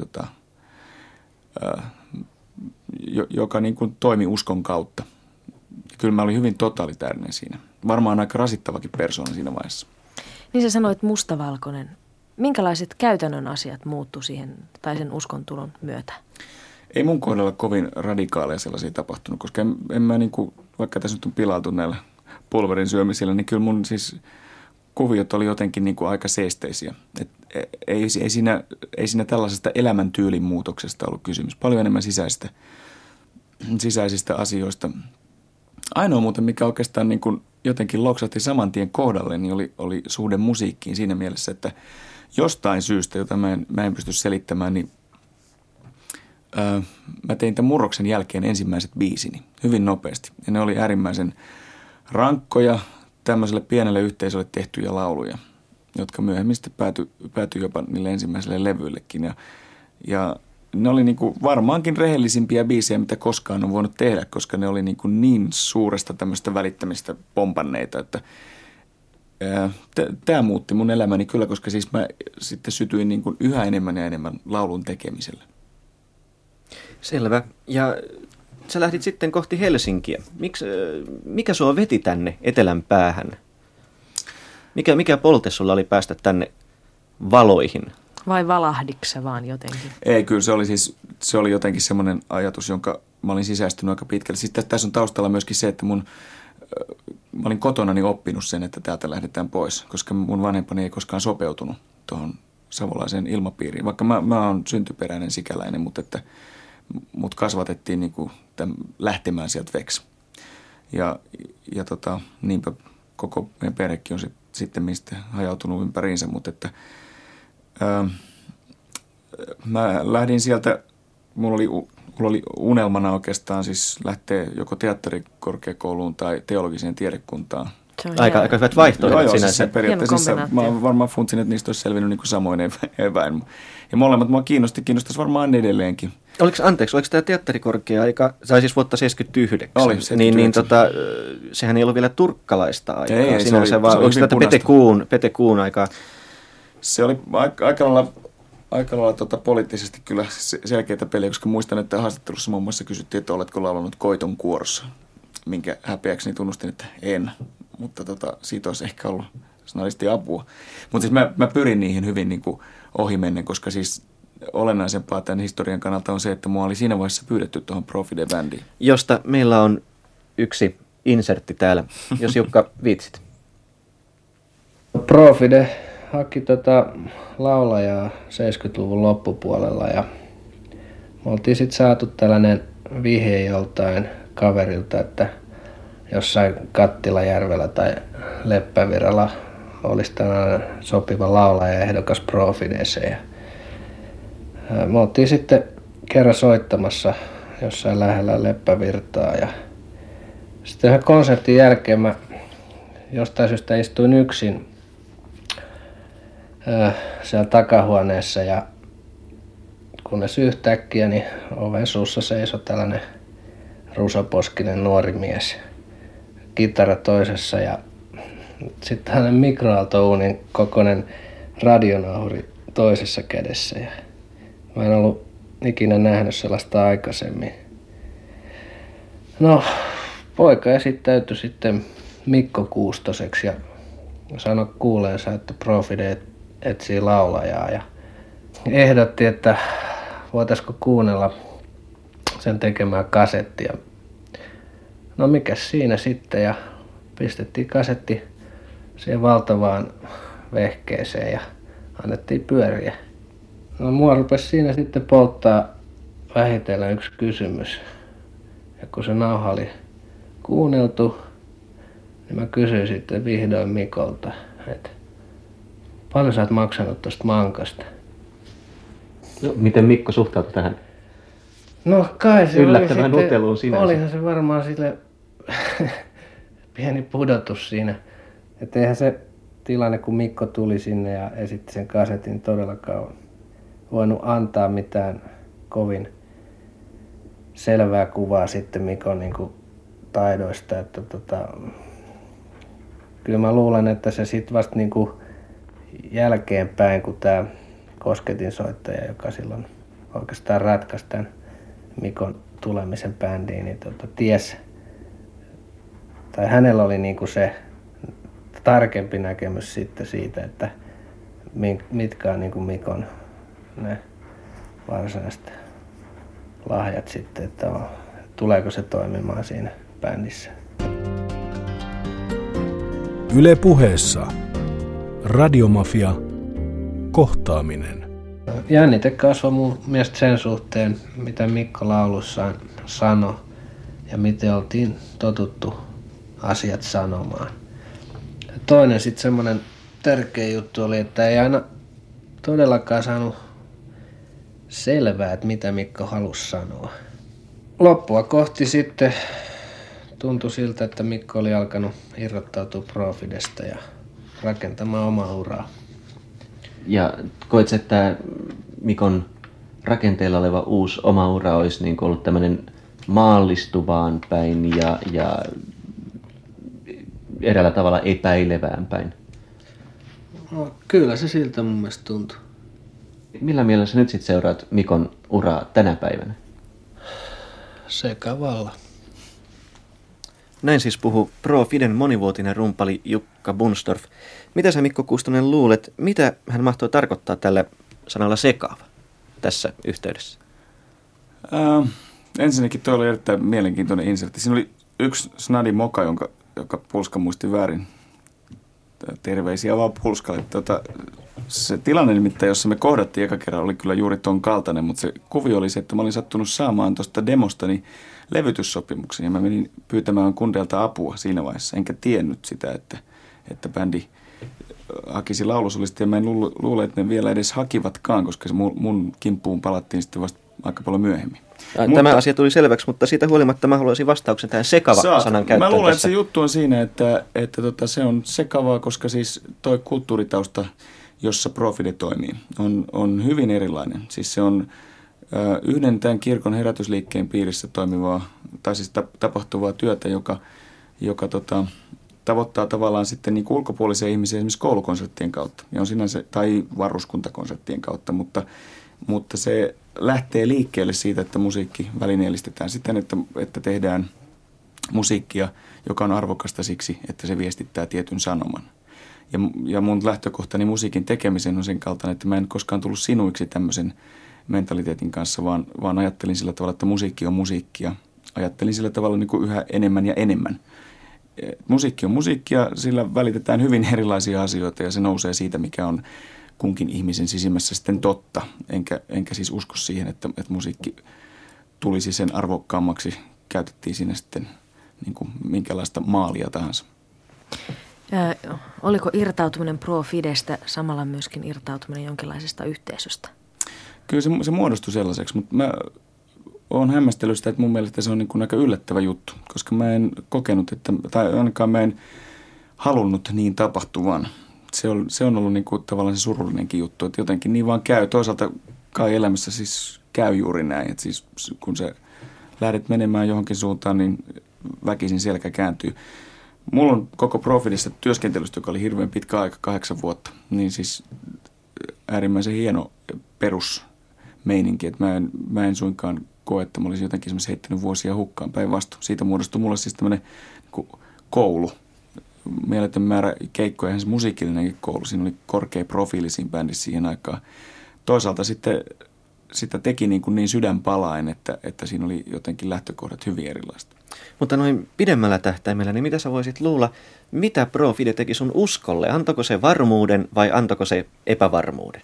joka toimi uskon kautta. kyllä mä olin hyvin totalitäärinen siinä. Varmaan aika rasittavakin persoona siinä vaiheessa. Niin sä sanoit mustavalkoinen. Minkälaiset käytännön asiat muuttu siihen tai sen uskontulon myötä? Ei mun kohdalla kovin radikaaleja sellaisia tapahtunut, koska en mä niinku, vaikka tässä nyt on pilailtu näillä pulverin syömisillä, niin kyllä mun siis kuviot oli jotenkin niinku aika seesteisiä. Ei siinä tällaisesta elämäntyylin muutoksesta ollut kysymys. Paljon enemmän sisäisistä asioista. Ainoa muuten, mikä oikeastaan niin kuin jotenkin loksahti saman tien kohdalle, niin oli suhde musiikkiin siinä mielessä, että jostain syystä, jota mä en pysty selittämään, niin mä tein tämän murroksen jälkeen ensimmäiset biisini hyvin nopeasti. Ja ne oli äärimmäisen rankkoja, tämmöiselle pienelle yhteisölle tehtyjä lauluja, jotka myöhemmin sitten päätyi jopa niille ensimmäisille levyillekin. Ja ne oli niinku varmaankin rehellisimpiä biisejä, mitä koskaan on voinut tehdä, koska ne oli niin suuresta tämmöistä välittämistä pompanneita, että tämä muutti mun elämäni kyllä, koska siis mä sitten sytyin niinku yhä enemmän ja enemmän laulun tekemiselle. Selvä. Ja sä lähdit sitten kohti Helsinkiä. Mikä sua veti tänne etelän päähän? Mikä polte sulla oli päästä tänne valoihin? Vai valahdiko se vaan jotenkin? Ei, kyllä se oli jotenkin semmoinen ajatus, jonka mä olin sisäistynyt aika pitkälle. Sitten tässä on taustalla myöskin se, että mä olin kotonani oppinut sen, että täältä lähdetään pois, koska mun vanhempani ei koskaan sopeutunut tuohon savolaiseen ilmapiiriin. Vaikka mä oon syntyperäinen sikäläinen, mutta mut kasvatettiin niinku lähtemään sieltä veksi. Ja niinpä koko meidän perhekin on sitten mistä hajautunut ympäriinsä, mutta että mä lähdin sieltä, mulla oli unelmana oikeastaan siis lähteä joko teatterikorkeakouluun tai teologiseen tiedekuntaan. Aika hyvät vaihtoehdot sinänsä. Siis periaatteessa mä varmaan funtsin, että niistä olisi selvinnyt niin kuin samoin eväin. Ja molemmat mua kiinnostaisi varmaan edelleenkin. Oliko tämä teatterikorkea-aika, sai siis vuotta 1979? Oli, 79. Sehän ei ollut vielä turkkalaista aikaa. Ei, sinänsä, se oli oliko tätä Pete Kuun aikaa? Se oli aika lailla poliittisesti kyllä selkeitä peliä, koska muistan, että haastattelussa muun muassa kysyttiin, että oletko laulanut Koiton kuorossa, minkä häpeäkseni tunnustin, että en. Mutta siitä olisi ehkä ollut snadisti apua. Mutta siis mä pyrin niihin hyvin niin kuin ohimennen, koska siis olennaisempaa tämän historian kannalta on se, että mua oli siinä vaiheessa pyydetty tuohon Profide-bändiin. Josta meillä on yksi insertti täällä, jos Jukka viitsit. Profide haki laulajaa 70-luvun loppupuolella ja me oltiin sitten saatu tällainen vihje joltain kaverilta, että jossain Kattilajärvellä tai Leppävirralla olisi tällainen sopiva laulaja ehdokas Profideeseen. Me oltiin sitten kerran soittamassa jossain lähellä Leppävirtaa ja sitten yhden konsertin jälkeen mä jostain syystä istuin yksin siellä takahuoneessa ja kunnes yhtäkkiä niin oven suussa seisoi tällainen rusaposkinen nuori mies, kitara toisessa ja sitten hänen mikroaaltouunin kokoinen radionauhuri toisessa kädessä. Ja mä en ollut ikinä nähnyt sellaista aikaisemmin. No, poika esittäytyi sitten Mikko Kuustoseksi ja sanoi kuuleensa, että Profide etsii laulajaa ja ehdotti, että voitaisiko kuunnella sen tekemää kasettia. No mikäs siinä sitten ja pistettiin kasetti siihen valtavaan vehkeeseen ja annettiin pyöriä. No mua rupesi siinä sitten polttaa vähitellen yksi kysymys. Ja kun se nauha oli kuunneltu, niin mä kysyin sitten vihdoin Mikolta, että paljon sä oot maksanut tosta mankasta? No, miten Mikko suhtautui tähän? No kai se yllättävän nuteluun sinänsä. Olihan se varmaan sille pieni pudotus siinä. Että eihän se tilanne, kun Mikko tuli sinne ja esitti sen kasetin, todellakaan voinut antaa mitään kovin selvää kuvaa sitten Mikon niin kuin taidoista. Että kyllä mä luulen, että se sitten vasta niin kuin jälkeenpäin, kun tämä kosketinsoittaja, joka silloin oikeastaan ratkaisi tämän Mikon tulemisen bändiin, niin ties tai hänellä oli niinku se tarkempi näkemys sitten siitä, että mitkä on niinku Mikon ne varsinaiset lahjat sitten, että tuleeko se toimimaan siinä bändissä. Yle Puheessa Radiomafia kohtaaminen. Jännite kasvoi mun mielestä sen suhteen, mitä Mikko laulussaan sanoi ja miten oltiin totuttu asiat sanomaan. Toinen sitten semmoinen tärkeä juttu oli, että ei aina todellakaan saanut selvää, että mitä Mikko halusi sanoa. Loppua kohti sitten tuntui siltä, että Mikko oli alkanut irrottautua Profidesta ja rakentamaan omaa uraa. Ja koetko, että Mikon rakenteella oleva uusi oma ura olisi niin ollut tämmöinen maallistuvaan päin ja eräällä tavalla epäilevään päin? No, kyllä se siltä mun mielestä tuntui. Millä mielellä sä nyt sitten seuraat Mikon uraa tänä päivänä? Sekavalla. Näin siis puhuu Pro-Fiden monivuotinen rumpali Jukka Bunstorff. Mitä sä, Mikko Kuustonen, luulet, mitä hän mahtoi tarkoittaa tällä sanalla sekava tässä yhteydessä? Ensinnäkin toi oli erittäin mielenkiintoinen insertti. Siinä oli yksi snadi moka, joka Pulska muisti väärin. Terveisiä vaan Pulskalle. Se tilanne nimittäin, jossa me kohdattiin eka kerran, oli kyllä juuri ton kaltainen, mutta se kuvio oli se, että mä olin sattunut saamaan tuosta demostani levytyssopimuksen ja mä menin pyytämään kundeilta apua siinä vaiheessa. Enkä tiennyt sitä, että bändi hakisi laulusolista ja mä en luule, että ne vielä edes hakivatkaan, koska se mun kimppuun palattiin sitten vasta aika paljon myöhemmin. Tämä asia tuli selväksi, mutta siitä huolimatta mä haluaisin vastauksen tähän sekava-sanan käyttöön. Mä luulen, että se juttu on siinä, että se on sekavaa, koska siis toi kulttuuritausta, jossa Pro-Fide toimii, on hyvin erilainen. Siis se on yhden tämän kirkon herätysliikkeen piirissä toimivaa, tai siis tapahtuvaa työtä, joka tavoittaa tavallaan sitten niin kuin ulkopuolisia ihmisiä esimerkiksi koulukonserttien kautta, ja on sinänsä, tai varuskuntakonserttien kautta, mutta se lähtee liikkeelle siitä, että musiikki välineellistetään siten, että tehdään musiikkia, joka on arvokasta siksi, että se viestittää tietyn sanoman. Ja mun lähtökohtani musiikin tekemisen on sen kaltainen, että mä en koskaan tullut sinuiksi tämmöisen mentaliteetin kanssa, vaan ajattelin sillä tavalla, että musiikki on musiikkia. Ajattelin sillä tavalla niin kuin yhä enemmän ja enemmän. Musiikki on musiikkia, sillä välitetään hyvin erilaisia asioita ja se nousee siitä, mikä on kunkin ihmisen sisimmässä sitten totta. Enkä siis usko siihen, että musiikki tulisi sen arvokkaammaksi, käytettiin siinä sitten niin kuin minkälaista maalia tahansa. Oliko irtautuminen Pro-Fidestä samalla myöskin irtautuminen jonkinlaisesta yhteisöstä? Kyllä se muodostui sellaiseksi, mutta mä oon hämmästellyt sitä, että mun mielestä se on niin kuin aika yllättävä juttu, koska mä en kokenut, tai ainakaan mä en halunnut niin tapahtuvan. Se on ollut niin kuin tavallaan se surullinenkin juttu, että jotenkin niin vaan käy. Toisaalta kai elämässä siis käy juuri näin, että siis kun sä lähdet menemään johonkin suuntaan, niin väkisin selkä kääntyy. Mulla on koko Pro-Fidessä työskentelystä, joka oli hirveän pitkä aika, 8 vuotta, niin siis äärimmäisen hieno perusmeininki, että mä en suinkaan koe, että mä olisin jotenkin esimerkiksi heittänyt vuosia hukkaan päinvastoin. Siitä muodostui mulle siis tämmöinen niin koulu, mieletön määrä keikkoja, ihan se musiikillinenkin koulu. Siinä oli korkea profiili siinä bändissä siihen aikaan. Toisaalta sitten sitä teki niin sydänpalaen, että siinä oli jotenkin lähtökohdat hyvin erilaista. Mutta noin pidemmällä tähtäimellä, niin mitä sä voisit luulla, mitä Pro-Fide teki sun uskolle? Antoiko se varmuuden vai antoiko se epävarmuuden?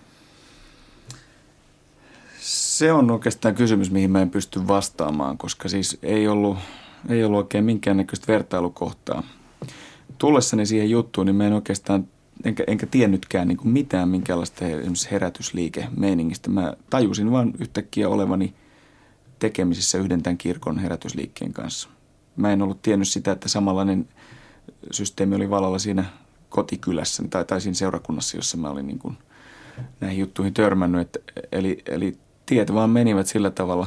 Se on oikeastaan kysymys, mihin mä en pysty vastaamaan, koska siis ei ollut oikein minkäännäköistä vertailukohtaa. Tullessani siihen juttuun, niin mä en oikeastaan, enkä tiennytkään niin kuin mitään minkäänlaista esimerkiksi herätysliike-meiningistä. Mä tajusin vaan yhtäkkiä olevani tekemisissä yhden tämän kirkon herätysliikkeen kanssa. Mä en ollut tiennyt sitä, että samanlainen systeemi oli vallalla siinä kotikylässä tai siinä seurakunnassa, jossa mä olin niin kuin näihin juttuihin törmännyt. Eli tiet vaan menivät sillä tavalla.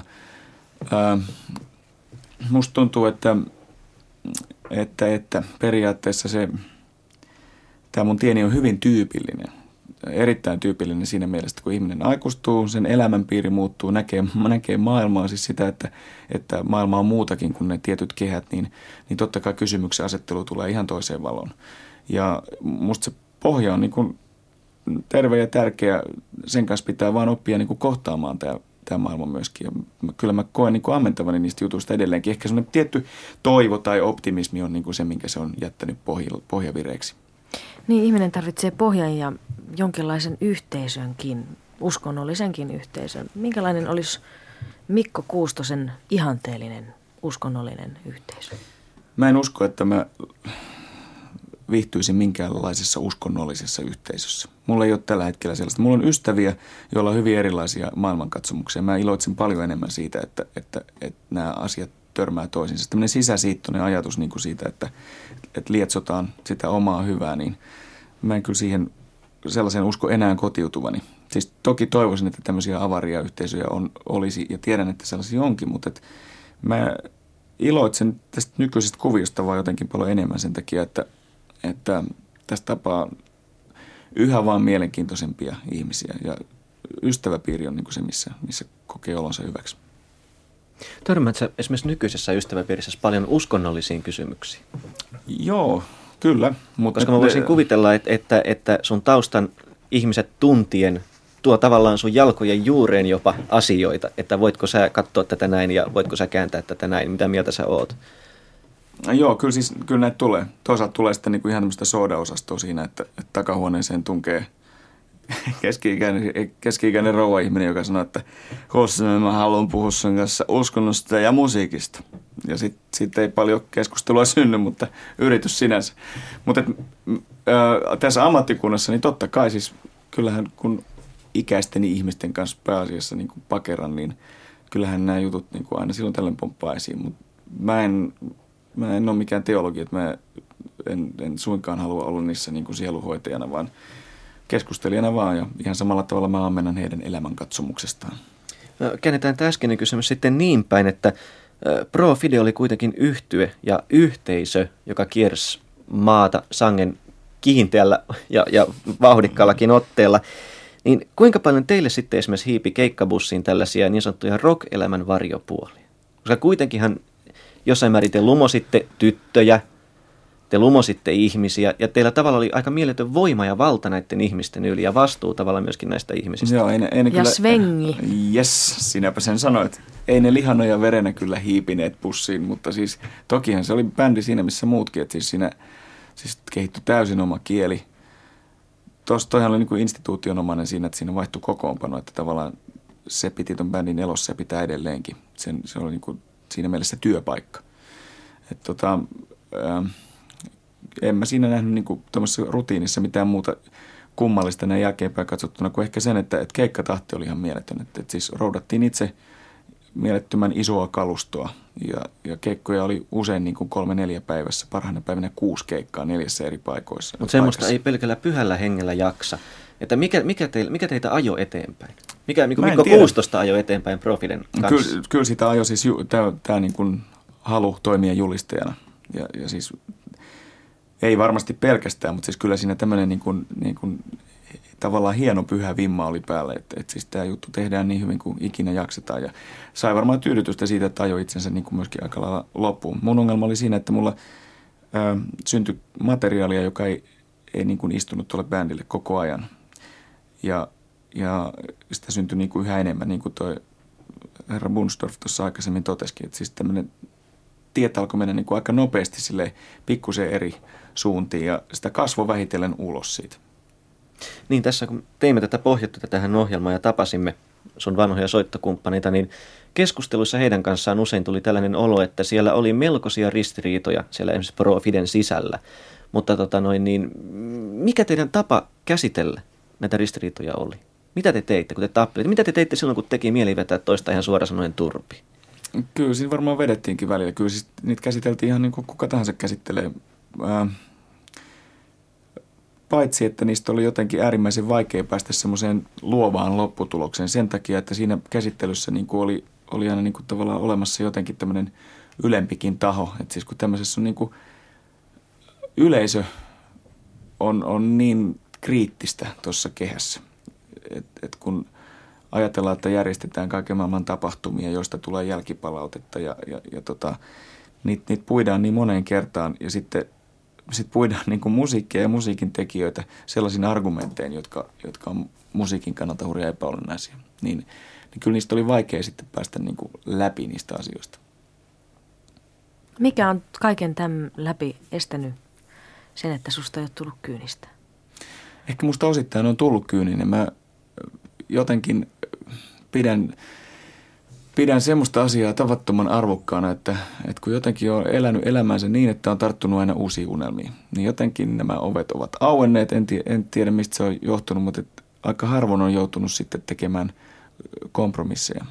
Musta tuntuu, että periaatteessa tämä mun tieni on hyvin tyypillinen. erittäin tyypillinen siinä mielessä, kun ihminen aikuistuu, sen elämänpiiri muuttuu, näkee maailmaa, siis sitä, että maailma on muutakin kuin ne tietyt kehät, niin totta kai kysymyksen asettelu tulee ihan toiseen valoon. Ja musta se pohja on niin kuin terve ja tärkeä, sen kanssa pitää vaan oppia niin kuin kohtaamaan tämä maailma myöskin. Ja kyllä mä koen niin kuin ammentavani niistä jutuista edelleenkin. Ehkä semmoinen tietty toivo tai optimismi on niin kuin se, minkä se on jättänyt pohjavireeksi. Niin, ihminen tarvitsee pohjan ja jonkinlaisen yhteisönkin, uskonnollisenkin yhteisön. Minkälainen olisi Mikko Kuustosen ihanteellinen uskonnollinen yhteisö? Mä en usko, että mä viihtyisin minkäänlaisessa uskonnollisessa yhteisössä. Mulla ei ole tällä hetkellä sellaista. Mulla on ystäviä, joilla on hyvin erilaisia maailmankatsomuksia. Mä iloitsen paljon enemmän siitä, että nämä asiat törmää toisiinsa. Tämmöinen sisäsiittoinen ajatus niin kuin siitä, että lietsotaan sitä omaa hyvää, niin mä en kyllä sellaisen usko enää kotiutuvani. Siis toki toivoisin, että tämmöisiä avaria yhteisöjä olisi, ja tiedän, että sellaisia onkin, mutta mä iloitsen tästä nykyisestä kuviosta vaan jotenkin paljon enemmän sen takia, että tästä tapaa yhä vaan mielenkiintoisempia ihmisiä, ja ystäväpiiri on niin kuin se, missä kokee olonsa hyväksi. Törmäätkö sä esimerkiksi nykyisessä ystäväpiirissä paljon uskonnollisiin kysymyksiin? Joo, kyllä. Koska mä voisin kuvitella, että sun taustan ihmiset tuntien tuo tavallaan sun jalkojen juureen jopa asioita, että voitko sä katsoa tätä näin ja voitko sä kääntää tätä näin, mitä mieltä sä oot? Joo, kyllä näitä tulee. Toisaalta tulee sitten niin kuin ihan tämmöistä sooda-osastoa siinä, että takahuoneeseen tunkee keski-ikäinen rouva-ihminen, joka sanoo, että Hossinen, mä haluan puhua sen kanssa uskonnosta ja musiikista. Ja sitten ei paljon keskustelua synny, mutta yritys sinänsä. Mutta tässä ammattikunnassa, niin totta kai siis kyllähän kun ikäisteni ihmisten kanssa pääasiassa niin kuin pakeran, niin kyllähän nämä jutut niin kuin aina silloin tällöin pomppaa esiin. Mutta mä en ole mikään teologi, että mä en suinkaan halua olla niissä niin kuin sieluhoitajana, vaan keskustelijana vaan, ja ihan samalla tavalla mä ammennan heidän elämänkatsomuksestaan. No, käännetään tämä äskeinen kysymys sitten niin päin, että Pro Fide oli kuitenkin yhtye ja yhteisö, joka kiersi maata sangen kiinteällä ja vauhdikkaallakin otteella. Niin kuinka paljon teille sitten esimerkiksi hiipi keikkabussiin tällaisia niin sanottuja rock-elämän varjopuolia? Koska kuitenkinhan jossain määrin te lumositte tyttöjä, te lumositte ihmisiä, ja teillä tavallaan oli aika mieletön voima ja valta näiden ihmisten yli, ja vastuu tavallaan myöskin näistä ihmisistä. Joo, ei ne ja kyllä, svengi. Jes, sinäpä sen sanoit. Ei ne lihanoja verenä kyllä hiipineet bussiin, mutta siis tokihan se oli bändi siinä, missä muutkin, että siis siinä kehittyi täysin oma kieli. Toihan oli niin kuin instituutionomainen siinä, että siinä vaihtui kokoonpano, että tavallaan se piti ton bändin elossa ja pitää edelleenkin. Se oli niin kuin siinä mielessä työpaikka. En mä siinä nähnyt niin kuin tuommoisessa rutiinissa mitään muuta kummallista näin jälkeenpäin katsottuna kuin ehkä sen, että keikkatahti oli ihan mieletön. Että siis roudattiin itse mielettömän isoa kalustoa ja keikkoja oli usein niin kuin 3-4 päivässä, parhaina päivinä 6 keikkaa 4 eri paikoissa. Mutta semmoista ei pelkällä pyhällä hengellä jaksa. Että mikä teitä ajoi eteenpäin? Mikä Mikko Kuustosta ajoi eteenpäin Pro Fiden kanssa? Kyllä sitä ajoi siis tämä niin kuin halu toimia julistajana. Ja siis ei varmasti pelkästään, mutta siis kyllä siinä tämmöinen niin kuin tavallaan hieno pyhä vimma oli päällä, että siis tämä juttu tehdään niin hyvin kuin ikinä jaksetaan. Ja sai varmaan tyydytystä siitä, että ajoi itsensä niin kuin myöskin aika lailla loppuun. Mun ongelma oli siinä, että mulla syntyi materiaalia, joka ei niin kuin istunut tuolle bändille koko ajan. Ja sitä syntyi niin kuin yhä enemmän, niin kuin toi herra Bunsdorf tuossa aikaisemmin totesikin, että siis tämmöinen tiet alkoi mennä niin kuin aika nopeasti silleen pikkusen eri suuntiin ja sitä kasvoi vähitellen ulos siitä. Niin tässä kun teimme tätä pohjatyötä tähän ohjelmaan ja tapasimme sun vanhoja soittokumppaneita, niin keskusteluissa heidän kanssaan usein tuli tällainen olo, että siellä oli melkoisia ristiriitoja siellä esimerkiksi Pro Fiden sisällä. Mutta mikä teidän tapa käsitellä näitä ristiriitoja oli? Mitä te teitte, kun te tappelitte? Mitä te teitte silloin, kun teki mieli vetää toista ihan suoraan sanoen turpi? Kyllä siinä varmaan vedettiinkin välillä. Kyllä siis niitä käsiteltiin ihan niin kuin kuka tahansa käsittelee. Paitsi, että niistä oli jotenkin äärimmäisen vaikea päästä semmoiseen luovaan lopputulokseen sen takia, että siinä käsittelyssä niin kuin oli aina niin kuin tavallaan olemassa jotenkin tämmöinen ylempikin taho. Että siis kun tämmöisessä on niin kuin yleisö on niin kriittistä tuossa kehässä. Et kun ajatellaan, että järjestetään kaiken maailman tapahtumia, joista tulee jälkipalautetta ja niitä puidaan niin moneen kertaan ja sitten puidaan niin kuin musiikkia ja musiikin tekijöitä sellaisin argumentein, jotka on musiikin kannalta hurja epäolennaisia. Niin kyllä niistä oli vaikea sitten päästä niin kuin läpi niistä asioista. Mikä on kaiken tämän läpi estänyt sen, että susta ei ole tullut kyynistä? Ehkä musta osittain on tullut kyyninen. Mä jotenkin pidän semmoista asiaa tavattoman arvokkaana, että kun jotenkin on elänyt elämänsä niin, että on tarttunut aina uusiin unelmiin, niin jotenkin nämä ovet ovat auenneet. En tiedä, mistä se on johtunut, mutta aika harvoin on joutunut sitten tekemään kompromisseja.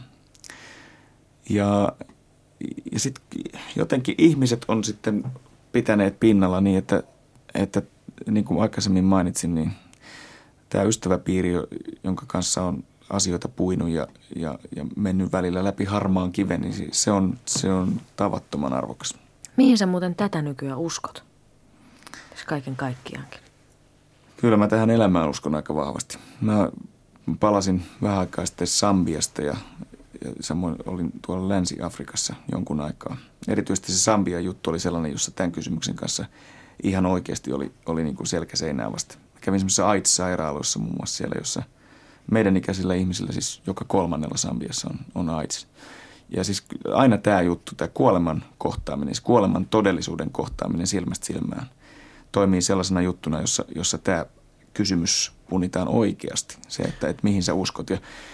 Ja sitten jotenkin ihmiset on sitten pitäneet pinnalla niin, että niin kuin aikaisemmin mainitsin, niin tämä ystäväpiiri, jonka kanssa on asioita puinut ja mennyt välillä läpi harmaan kiven, niin se on tavattoman arvokas. Mihin sä muuten tätä nykyään uskot? Siis kaiken kaikkiaankin. Kyllä mä tähän elämään uskon aika vahvasti. Mä palasin vähän aikaa sitten Sambiasta ja samoin olin tuolla Länsi-Afrikassa jonkun aikaa. Erityisesti se Sambian juttu oli sellainen, jossa tämän kysymyksen kanssa ihan oikeasti oli niin kuin selkä seinää vasta. Kävin semmoisessa AIDS-sairaaloissa muun muassa siellä, jossa meidän ikäisillä ihmisillä siis joka 3. Sambiassa on AIDS. Ja siis aina tämä juttu, tämä kuoleman kohtaaminen, siis kuoleman todellisuuden kohtaaminen silmästä silmään toimii sellaisena juttuna, jossa tämä kysymys punnitaan oikeasti. Se, että mihin sä uskot.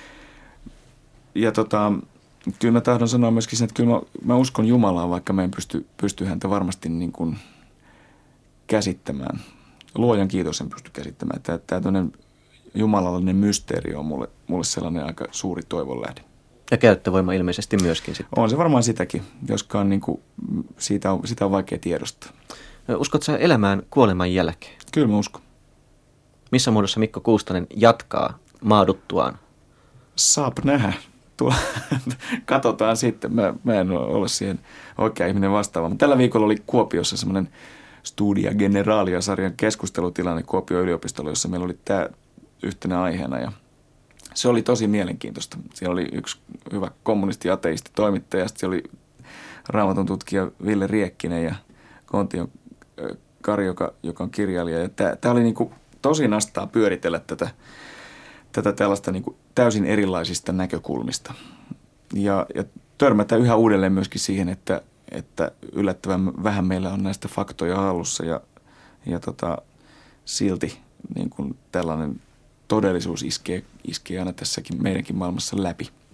Ja kyllä mä tahdon sanoa myöskin sen, että kyllä mä uskon Jumalaa, vaikka mä en pysty häntä varmasti niin kuin käsittämään. Luojan kiitos en pysty käsittämään. Tämä tämmöinen jumalallinen mysteeri on mulle sellainen aika suuri toivon lähde. Ja käyttövoima ilmeisesti myöskin sitten. On se varmaan sitäkin, joskaan niin kuin sitä on vaikea tiedostaa. Uskotko sä elämään kuoleman jälkeen? Kyllä mä uskon. Missä muodossa Mikko Kuustonen jatkaa maaduttuaan? Saap nähdä. Katsotaan sitten. Mä en ole siihen oikea ihminen vastaava. Tällä viikolla oli Kuopiossa semmoinen Studia Generalia-sarjan keskustelutilanne Kuopion yliopistolla, jossa meillä oli tämä yhtenä aiheena. Ja se oli tosi mielenkiintoista. Siellä oli yksi hyvä kommunisti-ateisti toimittaja, sitten oli Raamatun tutkija Ville Riekkinen ja Kontion Kari, joka on kirjailija. Ja tämä oli niinku tosi nastaa pyöritellä tätä tällaista niinku täysin erilaisista näkökulmista. Ja törmätä yhä uudelleen myöskin siihen, että yllättävän vähän meillä on näistä faktoja hallussa ja silti niin kuin tällainen todellisuus iskee aina tässäkin meidänkin maailmassa läpi.